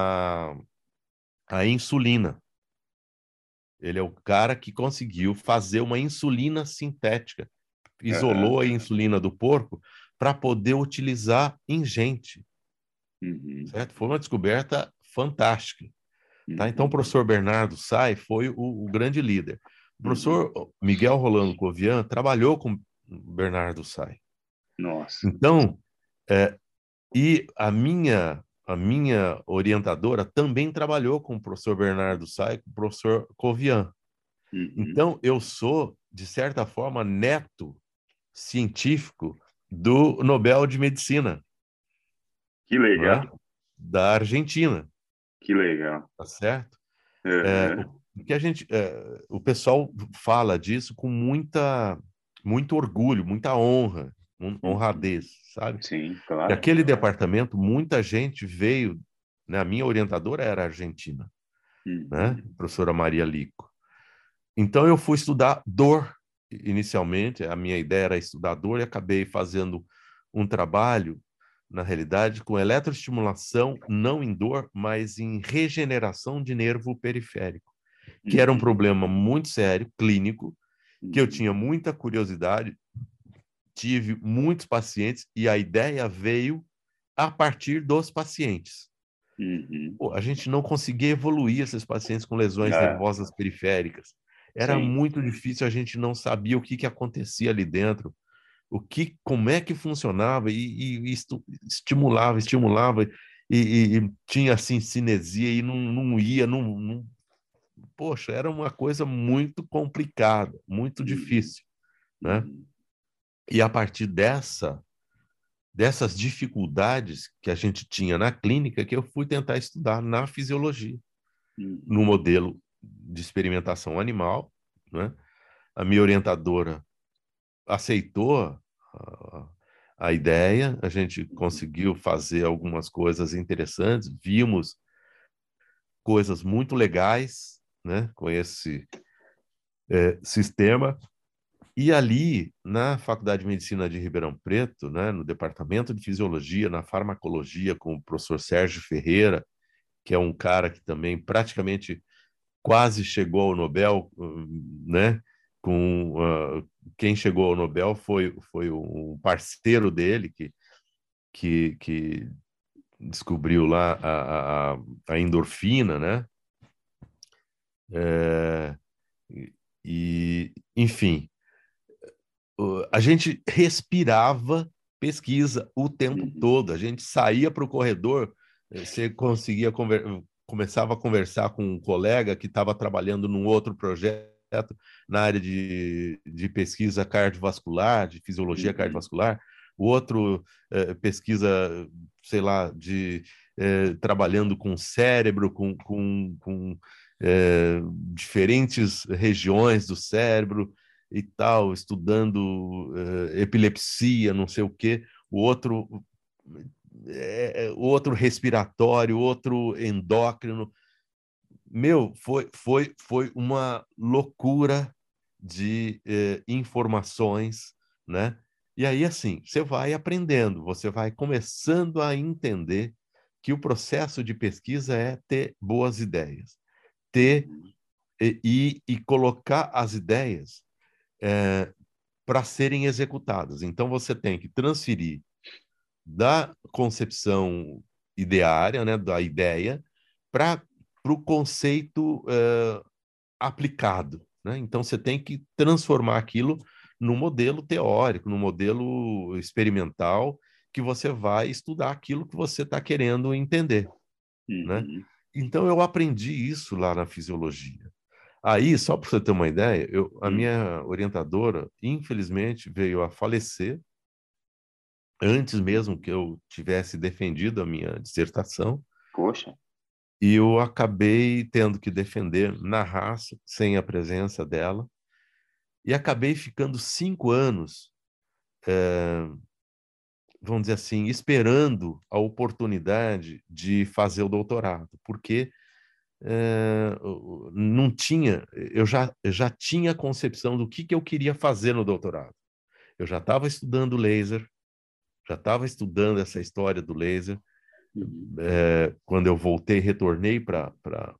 a insulina. Ele é o cara que conseguiu fazer uma insulina sintética, Aham. isolou a insulina do porco para poder utilizar em gente, Uhum. certo? Foi uma descoberta fantástica. Tá? Então, o Uhum. professor Bernardo Say foi o grande líder. O Uhum. professor Miguel Rolando Covian trabalhou com Bernardo Say. Nossa. Então, é, e a minha orientadora também trabalhou com o professor Bernardo Say, com o professor Covian. Uhum. Então, eu sou, de certa forma, neto científico do Nobel de Medicina, Que não é? legal. Da Argentina, Que legal. tá certo? Aham. O pessoal fala disso com muito orgulho, muita honra, Uhum. honradez, sabe? Sim, E claro. aquele departamento, muita gente veio, né? A minha orientadora era argentina, né? Uhum. Professora Maria Lico. Então eu fui estudar dor inicialmente, a minha ideia era estudar dor e acabei fazendo um trabalho, na realidade, com eletroestimulação, não em dor, mas em regeneração de nervo periférico, que era um Uhum. problema muito sério, clínico, que eu Uhum. tinha muita curiosidade, tive muitos pacientes e a ideia veio a partir dos pacientes. Uhum. Pô, a gente não conseguia evoluir esses pacientes com lesões É, nervosas periféricas. Era sim. muito difícil, a gente não sabia o que acontecia ali dentro, como é que funcionava e estimulava e tinha assim cinesia e não ia, poxa, era uma coisa muito complicada, muito Uhum. difícil, né? Uhum. E a partir dessas dificuldades que a gente tinha na clínica, que eu fui tentar estudar na fisiologia, no Uhum. modelo de experimentação animal, né? A minha orientadora aceitou a, a ideia, a gente Uhum. conseguiu fazer algumas coisas interessantes, vimos coisas muito legais, né, com esse sistema. E ali, na Faculdade de Medicina de Ribeirão Preto, né, no Departamento de Fisiologia, na Farmacologia, com o professor Sérgio Ferreira, que é um cara que também praticamente quase chegou ao Nobel, né? Quem chegou ao Nobel foi um parceiro dele que descobriu lá a endorfina, né? É, enfim, a gente respirava pesquisa o tempo Uhum. todo. A gente saía para o corredor, você conseguia começava a conversar com um colega que estava trabalhando num outro projeto na área de pesquisa cardiovascular, de fisiologia Uhum. cardiovascular, o outro pesquisa, sei lá, trabalhando com cérebro, com diferentes regiões do cérebro e tal, estudando epilepsia, não sei o quê, o outro respiratório, o outro endócrino. Meu, foi uma loucura de informações, né? E aí, assim, você vai aprendendo, você vai começando a entender que o processo de pesquisa é ter boas ideias, ter Uhum. e colocar as ideias para serem executadas. Então, você tem que transferir da concepção ideária, né, da ideia, para o conceito aplicado. Né? Então, você tem que transformar aquilo num modelo teórico, num modelo experimental, que você vai estudar aquilo que você está querendo entender. Né? Uhum. Então, eu aprendi isso lá na fisiologia. Aí, só para você ter uma ideia, a Hum. minha orientadora, infelizmente, veio a falecer antes mesmo que eu tivesse defendido a minha dissertação, Poxa. e eu acabei tendo que defender na raça, sem a presença dela, e acabei ficando 5 anos, vamos dizer assim, esperando a oportunidade de fazer o doutorado, porque não tinha, eu já tinha concepção do que eu queria fazer no doutorado. Eu já estava estudando laser, já estava estudando essa história do laser. Uhum. Quando eu voltei, retornei para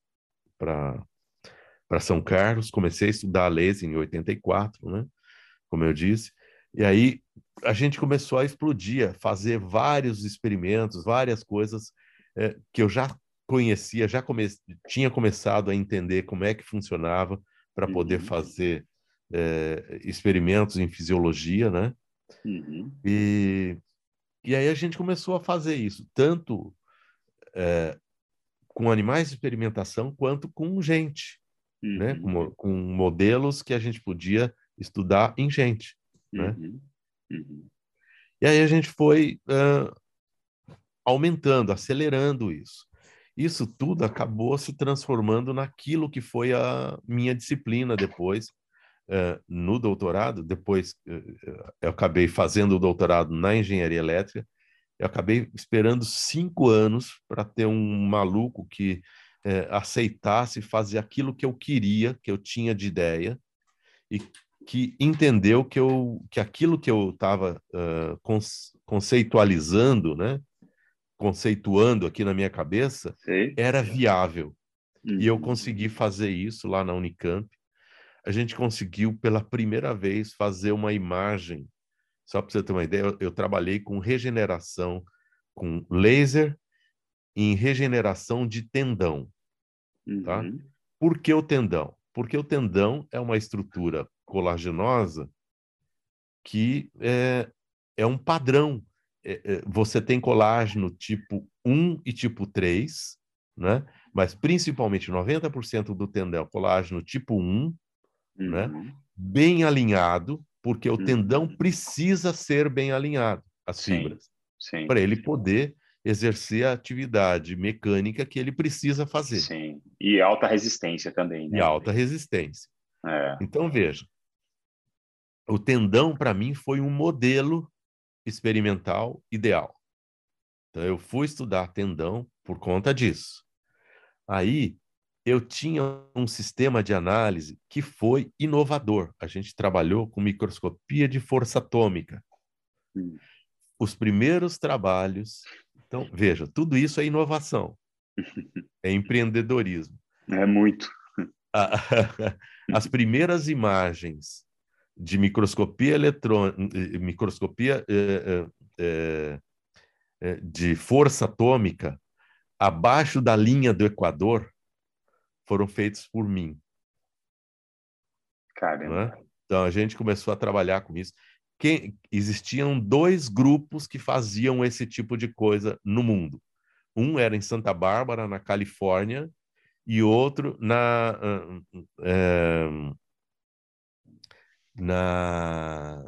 São Carlos, comecei a estudar laser em 84, né? Como eu disse. E aí a gente começou a explodir, a fazer vários experimentos, várias coisas que eu já conhecia, tinha começado a entender como é que funcionava para poder Uhum. fazer experimentos em fisiologia, né? Uhum. E, e aí a gente começou a fazer isso, tanto com animais de experimentação quanto com gente, né? Uhum. Com modelos que a gente podia estudar em gente, né? Uhum. Uhum. E aí a gente foi aumentando, acelerando isso. Isso tudo acabou se transformando naquilo que foi a minha disciplina depois, no doutorado. Depois eu acabei fazendo o doutorado na engenharia elétrica. Eu acabei esperando 5 anos para ter um maluco que aceitasse fazer aquilo que eu queria, que eu tinha de ideia, e que entendeu que aquilo que eu estava conceitualizando, né, conceituando aqui na minha cabeça, Sei. era viável. E eu Uhum. consegui fazer isso lá na Unicamp. A gente conseguiu, pela primeira vez, fazer uma imagem. Só para você ter uma ideia, eu trabalhei com regeneração, com laser em regeneração de tendão, tá? Uhum. Por que o tendão? Porque o tendão é uma estrutura colagenosa que é um padrão. Você tem colágeno tipo 1 e tipo 3, né? Mas principalmente 90% do tendão é colágeno tipo 1, né? Uhum. Bem alinhado, porque o tendão Uhum. precisa ser bem alinhado, as Sim. fibras, Sim. para ele poder exercer a atividade mecânica que ele precisa fazer, Sim. E alta resistência também, e né? alta resistência. É. Então, veja, o tendão, para mim, foi um modelo experimental ideal. Então, eu fui estudar tendão por conta disso. Aí, eu tinha um sistema de análise que foi inovador. A gente trabalhou com microscopia de força atômica. Hum. Os primeiros trabalhos. Então, veja, tudo isso é inovação, é empreendedorismo. É muito. As primeiras imagens de microscopia eletrônica, microscopia de força atômica abaixo da linha do Equador foram feitos por mim, Caramba. né? Então a gente começou a trabalhar com isso. Existiam 2 grupos que faziam esse tipo de coisa no mundo. Um era em Santa Bárbara, na Califórnia, e outro na,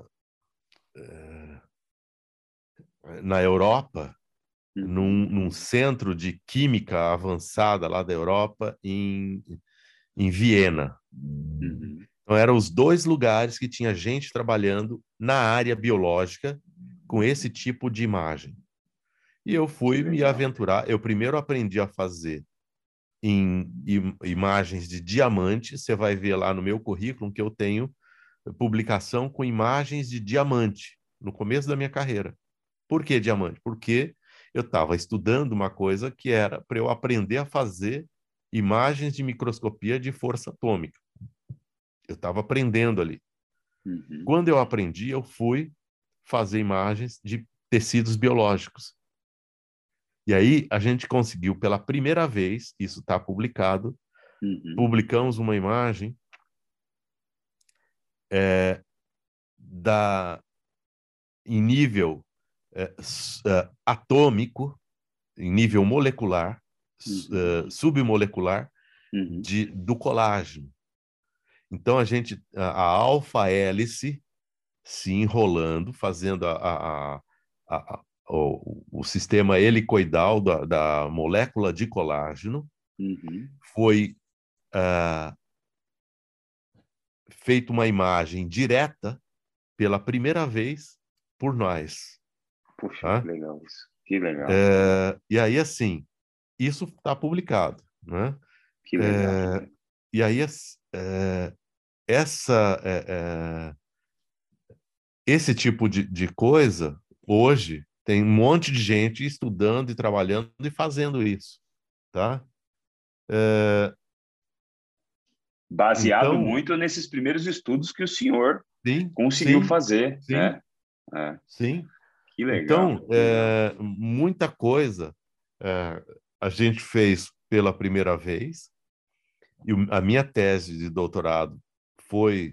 na Europa, Uhum. num centro de química avançada lá da Europa, em Viena. Uhum. Então, eram os 2 lugares que tinha gente trabalhando na área biológica com esse tipo de imagem. E eu Que fui me legal. aventurar. Eu primeiro aprendi a fazer em imagens de diamante. Você vai ver lá no meu currículo que eu tenho publicação com imagens de diamante no começo da minha carreira. Por que diamante? Porque eu estava estudando uma coisa que era para eu aprender a fazer imagens de microscopia de força atômica. Eu estava aprendendo ali. Uhum. Quando eu aprendi, eu fui fazer imagens de tecidos biológicos. E aí a gente conseguiu pela primeira vez, isso está publicado, Uhum. publicamos uma imagem é, da em nível atômico, em nível molecular, Uhum. submolecular, Uhum. do colágeno. Então, a alfa-hélice se enrolando, fazendo o sistema helicoidal da molécula de colágeno, Uhum. foi ah, feita uma imagem direta pela primeira vez por nós. Puxa, que Tá? legal isso. Que legal. E aí, assim, isso está publicado, né? Que legal. E aí, essa, esse tipo de coisa, hoje, tem um monte de gente estudando e trabalhando e fazendo isso, tá? Baseado Então, muito nesses primeiros estudos que o senhor sim, conseguiu sim, fazer. sim, É. sim. Que legal, Então, que legal. muita coisa é, a gente fez pela primeira vez, e a minha tese de doutorado foi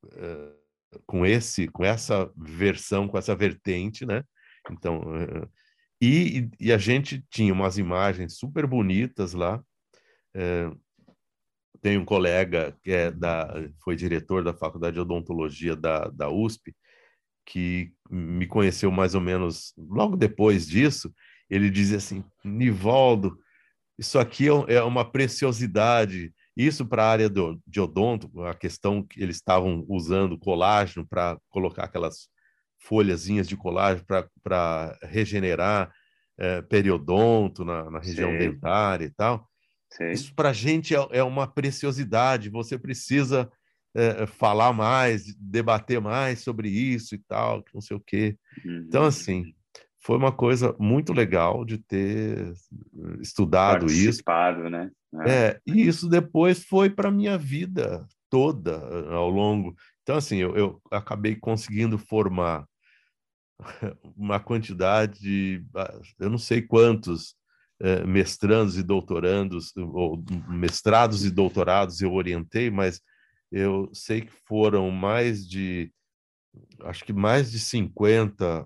com essa versão, com essa vertente, né? Então, e a gente tinha umas imagens super bonitas lá. Tem um colega que foi diretor da Faculdade de Odontologia da USP, que me conheceu mais ou menos logo depois disso. Ele dizia assim: Nivaldo, isso aqui é uma preciosidade. Isso para a área de odonto, a questão que eles estavam usando colágeno para colocar aquelas folhazinhas de colágeno para regenerar periodonto na região Sei, dentária e tal. sei. Isso para a gente é uma preciosidade. Você precisa falar mais, debater mais sobre isso e tal, não sei o quê. Então, Uhum. assim, foi uma coisa muito legal de ter estudado isso. Participado, né? E isso depois foi para a minha vida toda ao longo. Então, assim, eu acabei conseguindo formar uma quantidade eu não sei quantos mestrandos e doutorandos, ou mestrados e doutorados eu orientei, mas eu sei que foram acho que mais de 50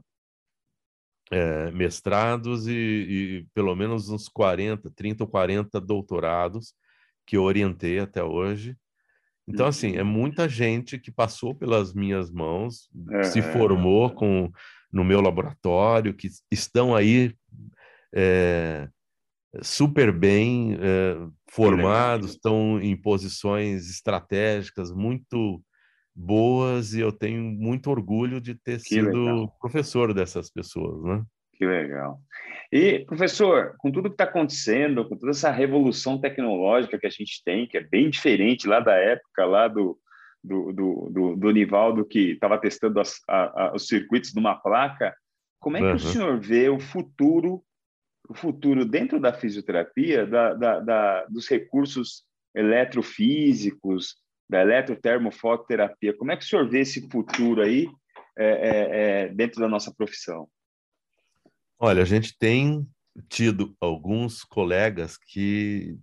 mestrados e pelo menos uns 40, 30 ou 40 doutorados que eu orientei até hoje. Então, assim, é Uhum. muita gente que passou pelas minhas mãos, se Aham. formou no meu laboratório, que estão aí é, super bem Que legal, formados, estão em posições estratégicas muito boas, e eu tenho muito orgulho de ter que sido legal. professor dessas pessoas, né? Que legal. E, professor, com tudo que está acontecendo, com toda essa revolução tecnológica que a gente tem, que é bem diferente lá da época lá do Nivaldo, que estava testando os circuitos numa placa, como é que o Aham. senhor vê o futuro dentro da fisioterapia, dos recursos eletrofísicos, da eletrotermofototerapia? Como é que o senhor vê esse futuro aí dentro da nossa profissão? Olha, a gente tem tido alguns colegas que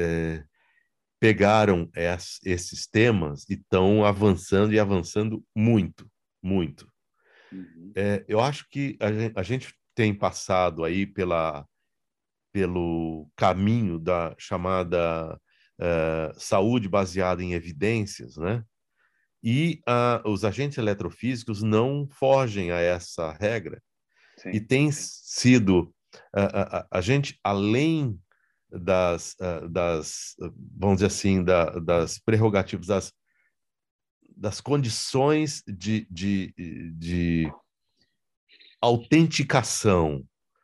pegaram esses temas e estão avançando e avançando muito, muito. Uhum. Eu acho que a gente tem passado aí pelo caminho da chamada saúde baseada em evidências, né? E os agentes eletrofísicos não fogem a essa regra. E Sim. tem sido a gente, além vamos dizer assim, das prerrogativas, das condições de autenticação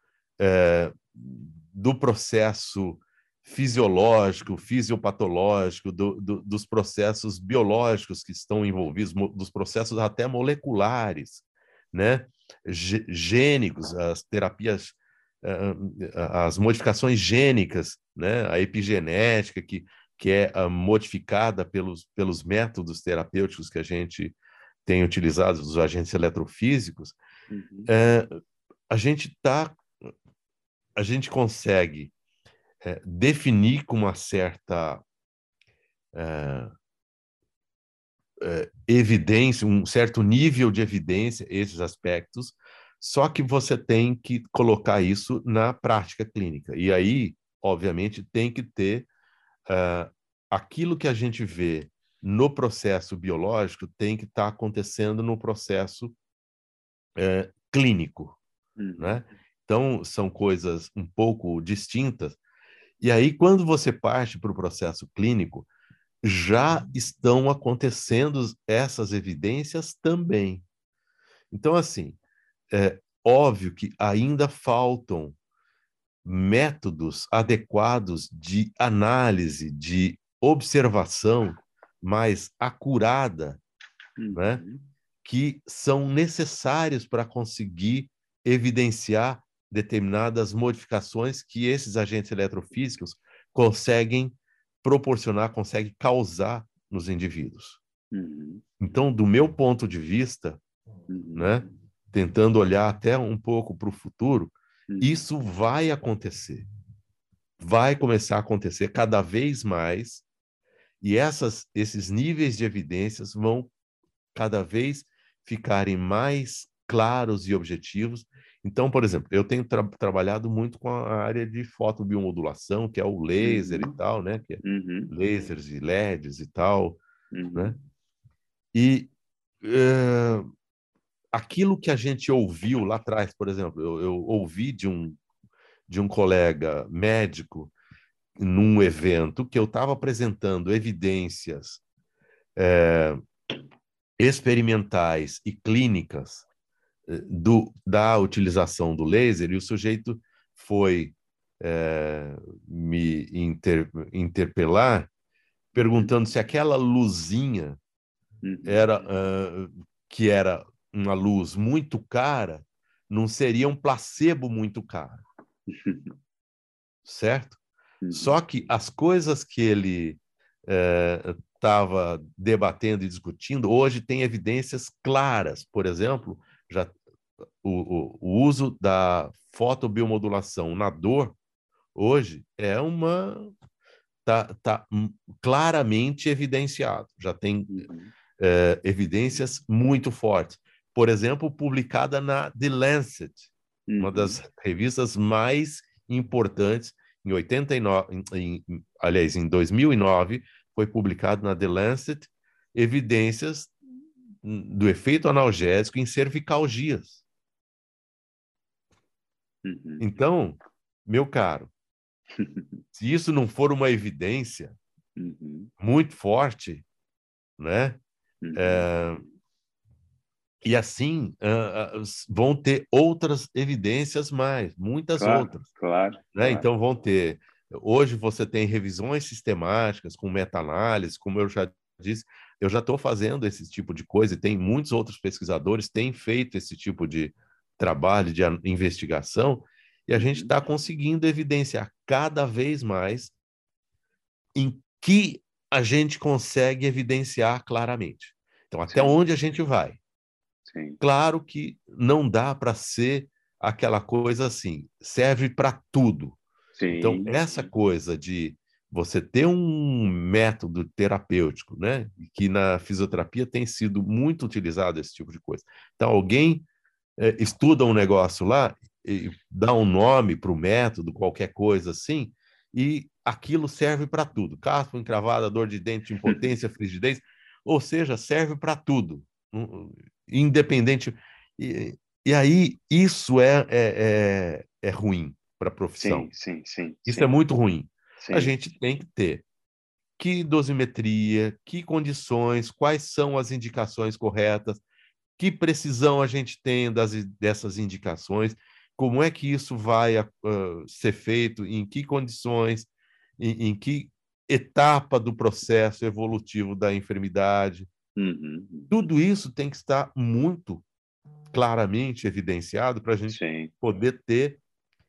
do processo fisiológico, fisiopatológico, dos processos biológicos que estão envolvidos, dos processos até moleculares, né? Gênicos, as terapias, as modificações gênicas, né? A epigenética, que é modificada pelos métodos terapêuticos que a gente tem utilizado, os agentes eletrofísicos, Uhum. é, a gente tá, a gente consegue definir com uma certa evidência, um certo nível de evidência esses aspectos, só que você tem que colocar isso na prática clínica. E aí, obviamente, tem que ter aquilo que a gente vê no processo biológico tem que estar acontecendo no processo clínico, né? Então, são coisas um pouco distintas. E aí, quando você parte para o processo clínico, já estão acontecendo essas evidências também. Então, assim, é óbvio que ainda faltam métodos adequados de análise, de observação mais acurada, né, que são necessários para conseguir evidenciar determinadas modificações que esses agentes eletrofísicos conseguem proporcionar, conseguem causar nos indivíduos. Então, do meu ponto de vista, né, tentando olhar até um pouco para o futuro, isso vai acontecer. Vai começar a acontecer cada vez mais, e esses níveis de evidências vão cada vez ficarem mais claros e objetivos. Então, por exemplo, eu tenho trabalhado muito com a área de fotobiomodulação, que é o laser e tal, né? Que é lasers e LEDs e tal, né? E aquilo que a gente ouviu lá atrás, por exemplo, eu ouvi de um colega médico num evento que eu estava apresentando evidências experimentais e clínicas da utilização do laser, e o sujeito foi me interpelar perguntando se aquela luzinha era que era uma luz muito cara, não seria um placebo muito caro, certo? Só que as coisas que ele estava debatendo e discutindo, hoje tem evidências claras. Por exemplo, já o uso da fotobiomodulação na dor, hoje, tá claramente evidenciado. Já tem evidências muito fortes. Por exemplo, publicada na The Lancet, uma das revistas mais importantes, em 89, aliás, em 2009, foi publicado na The Lancet evidências do efeito analgésico em cervicalgias. Então, meu caro, se isso não for uma evidência muito forte, né? E assim vão ter outras evidências mais, muitas outras. Claro. Então vão ter. Hoje você tem revisões sistemáticas com meta-análise, como eu já disse, eu já estou fazendo esse tipo de coisa e tem muitos outros pesquisadores que têm feito esse tipo de trabalho de investigação, e a gente está conseguindo evidenciar cada vez mais em que a gente consegue evidenciar claramente. Então, até onde a gente vai? Claro que não dá para ser aquela coisa assim, serve para tudo. Então, essa coisa de você ter um método terapêutico, né, que na fisioterapia tem sido muito utilizado esse tipo de coisa. Então, alguém estuda um negócio lá e dá um nome para o método, qualquer coisa assim, e aquilo serve para tudo. Caspa, encravada, dor de dente, impotência, frigidez, ou seja, serve para tudo, independente. E aí isso é ruim para a profissão. Isso é muito ruim. A gente tem que ter que dosimetria, que condições, quais são as indicações corretas, que precisão a gente tem dessas indicações, como é que isso vai ser feito, em que condições, em que etapa do processo evolutivo da enfermidade. Tudo isso tem que estar muito claramente evidenciado para a gente poder ter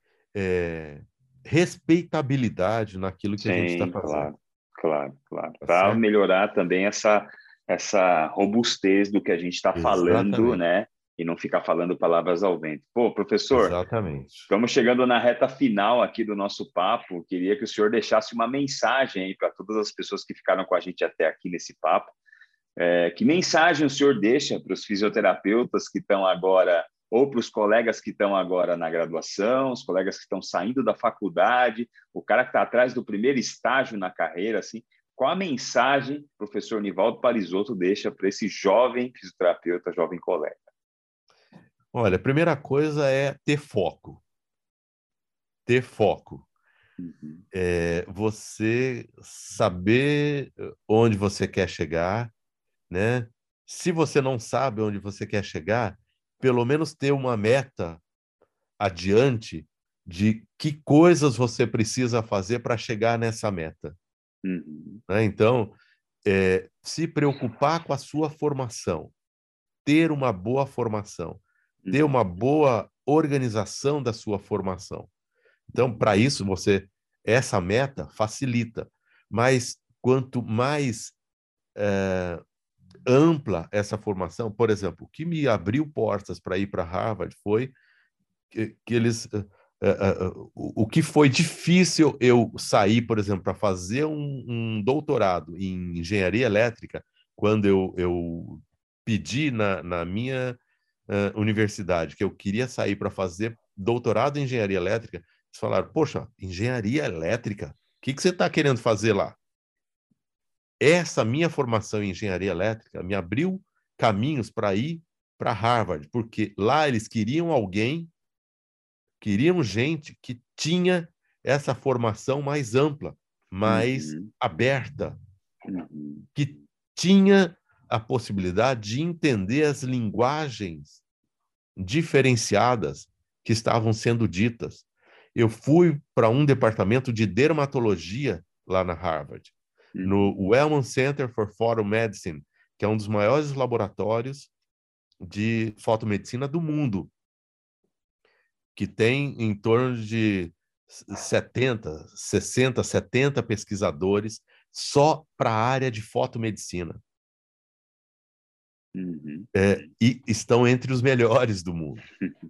respeitabilidade naquilo que a gente está fazendo. Claro. Tá Para certo? melhorar também essa robustez do que a gente está falando, Exatamente. né? E não ficar falando palavras ao vento. Pô, professor, Exatamente. estamos chegando na reta final aqui do nosso papo. Queria que o senhor deixasse uma mensagem aí para todas as pessoas que ficaram com a gente até aqui nesse papo. Que mensagem o senhor deixa para os fisioterapeutas que estão agora, ou para os colegas que estão agora na graduação, os colegas que estão saindo da faculdade, o cara que está atrás do primeiro estágio na carreira, assim, qual a mensagem que o professor Nivaldo Parisotto deixa para esse jovem fisioterapeuta, jovem colega? Olha, a primeira coisa é ter foco. Ter foco. Uhum. Você saber onde você quer chegar, né? Se você não sabe onde você quer chegar, pelo menos ter uma meta adiante de que coisas você precisa fazer para chegar nessa meta. Uhum. Né? Então, se preocupar com a sua formação, ter uma boa formação, ter Uhum. uma boa organização da sua formação. Então, para isso, essa meta facilita. Mas quanto mais ampla essa formação, por exemplo, o que me abriu portas para ir para Harvard foi que eles o que foi difícil eu sair, por exemplo, para fazer um doutorado em engenharia elétrica, quando eu pedi na minha universidade que eu queria sair para fazer doutorado em engenharia elétrica, eles falaram, poxa, engenharia elétrica? O que você está querendo fazer lá? Essa minha formação em engenharia elétrica me abriu caminhos para ir para Harvard, porque lá eles queriam gente que tinha essa formação mais ampla, mais Uhum. aberta, Uhum. que tinha a possibilidade de entender as linguagens diferenciadas que estavam sendo ditas. Eu fui para um departamento de dermatologia lá na Harvard, no Uhum. Wellman Center for Photomedicine, que é um dos maiores laboratórios de fotomedicina do mundo, que tem em torno de 70, 60, 70 pesquisadores só para a área de fotomedicina. Uhum. E estão entre os melhores do mundo.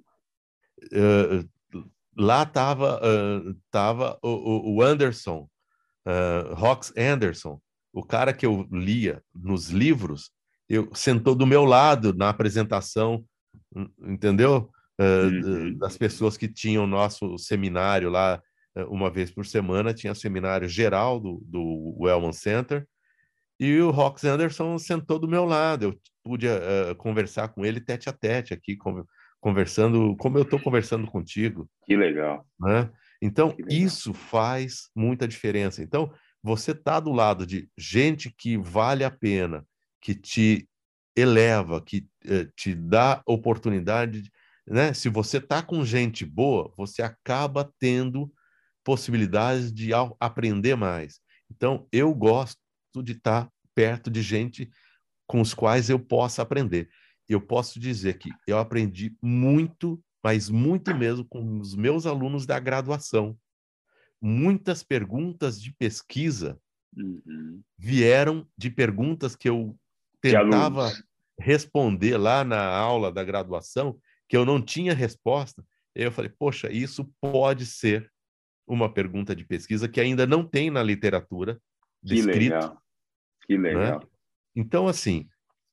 Lá estava o Anderson, Rox Anderson, o cara que eu lia nos livros, sentou do meu lado na apresentação, entendeu? Uhum. Das pessoas que tinham nosso seminário lá, uma vez por semana, tinha seminário geral do Wellman Center, e o Rox Anderson sentou do meu lado. Eu pude conversar com ele tete a tete aqui, conversando como eu estou conversando contigo, Que legal. né? Então, Que legal. isso faz muita diferença. Então, você está do lado de gente que vale a pena, que te eleva, que te dá oportunidade, né? Se você está com gente boa, você acaba tendo possibilidades de aprender mais. Então, eu gosto de estar perto de gente com os quais eu possa aprender. Eu posso dizer que eu aprendi muito, mas muito mesmo com os meus alunos da graduação. Muitas perguntas de pesquisa Uhum. vieram de perguntas que eu De tentava alunos. responder lá na aula da graduação, que eu não tinha resposta. E eu falei, poxa, isso pode ser uma pergunta de pesquisa que ainda não tem na literatura Que descrito, legal. Que né? legal. Então, assim,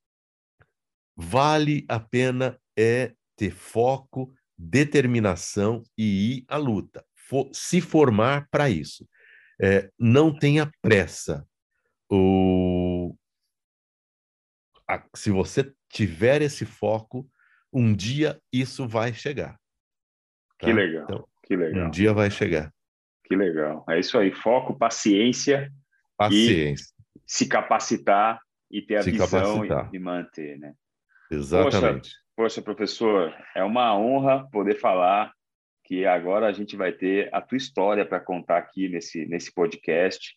vale a pena ter foco, determinação e ir à luta. Se formar para isso. Não tenha pressa. Se você tiver esse foco, um dia isso vai chegar, Que tá? legal. Então, Que um legal. dia vai chegar. Que legal. É isso aí. Foco, paciência e Paciência, se capacitar e ter a se visão capacitar. e manter, né? Poxa, Exatamente. poxa, professor, é uma honra poder falar que agora a gente vai ter a tua história para contar aqui nesse podcast.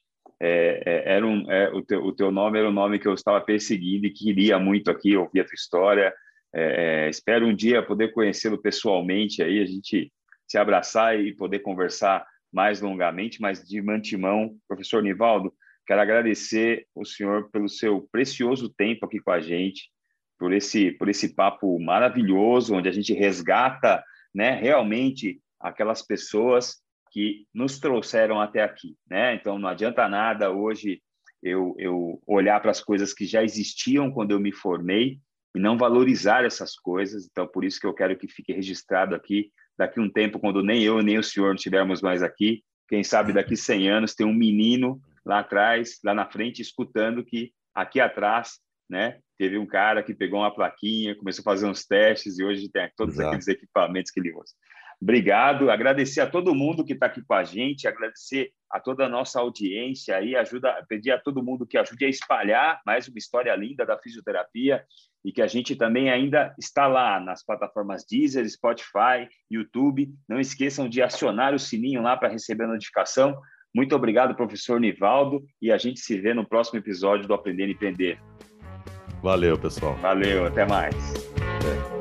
O teu nome era o nome que eu estava perseguindo e queria muito aqui ouvir a tua história. Espero um dia poder conhecê-lo pessoalmente, aí a gente se abraçar e poder conversar mais longamente, mas de antemão, professor Nivaldo, quero agradecer o senhor pelo seu precioso tempo aqui com a gente, por esse papo maravilhoso, onde a gente resgata, né, realmente aquelas pessoas que nos trouxeram até aqui, né? Então não adianta nada hoje eu olhar para as coisas que já existiam quando eu me formei e não valorizar essas coisas. Então por isso que eu quero que fique registrado aqui, daqui um tempo, quando nem eu nem o senhor não estivermos mais aqui, quem sabe daqui 100 anos tem um menino, lá atrás, lá na frente, escutando que aqui atrás, né, teve um cara que pegou uma plaquinha, começou a fazer uns testes e hoje tem todos Exato. aqueles equipamentos que ele usa. Obrigado, agradecer a todo mundo que está aqui com a gente, agradecer a toda a nossa audiência aí, pedir a todo mundo que ajude a espalhar mais uma história linda da fisioterapia e que a gente também ainda está lá nas plataformas Deezer, Spotify, YouTube. Não esqueçam de acionar o sininho lá para receber a notificação. Muito obrigado, professor Nivaldo, e a gente se vê no próximo episódio do Aprender a Empreender. Valeu, pessoal. Valeu, até mais. Até.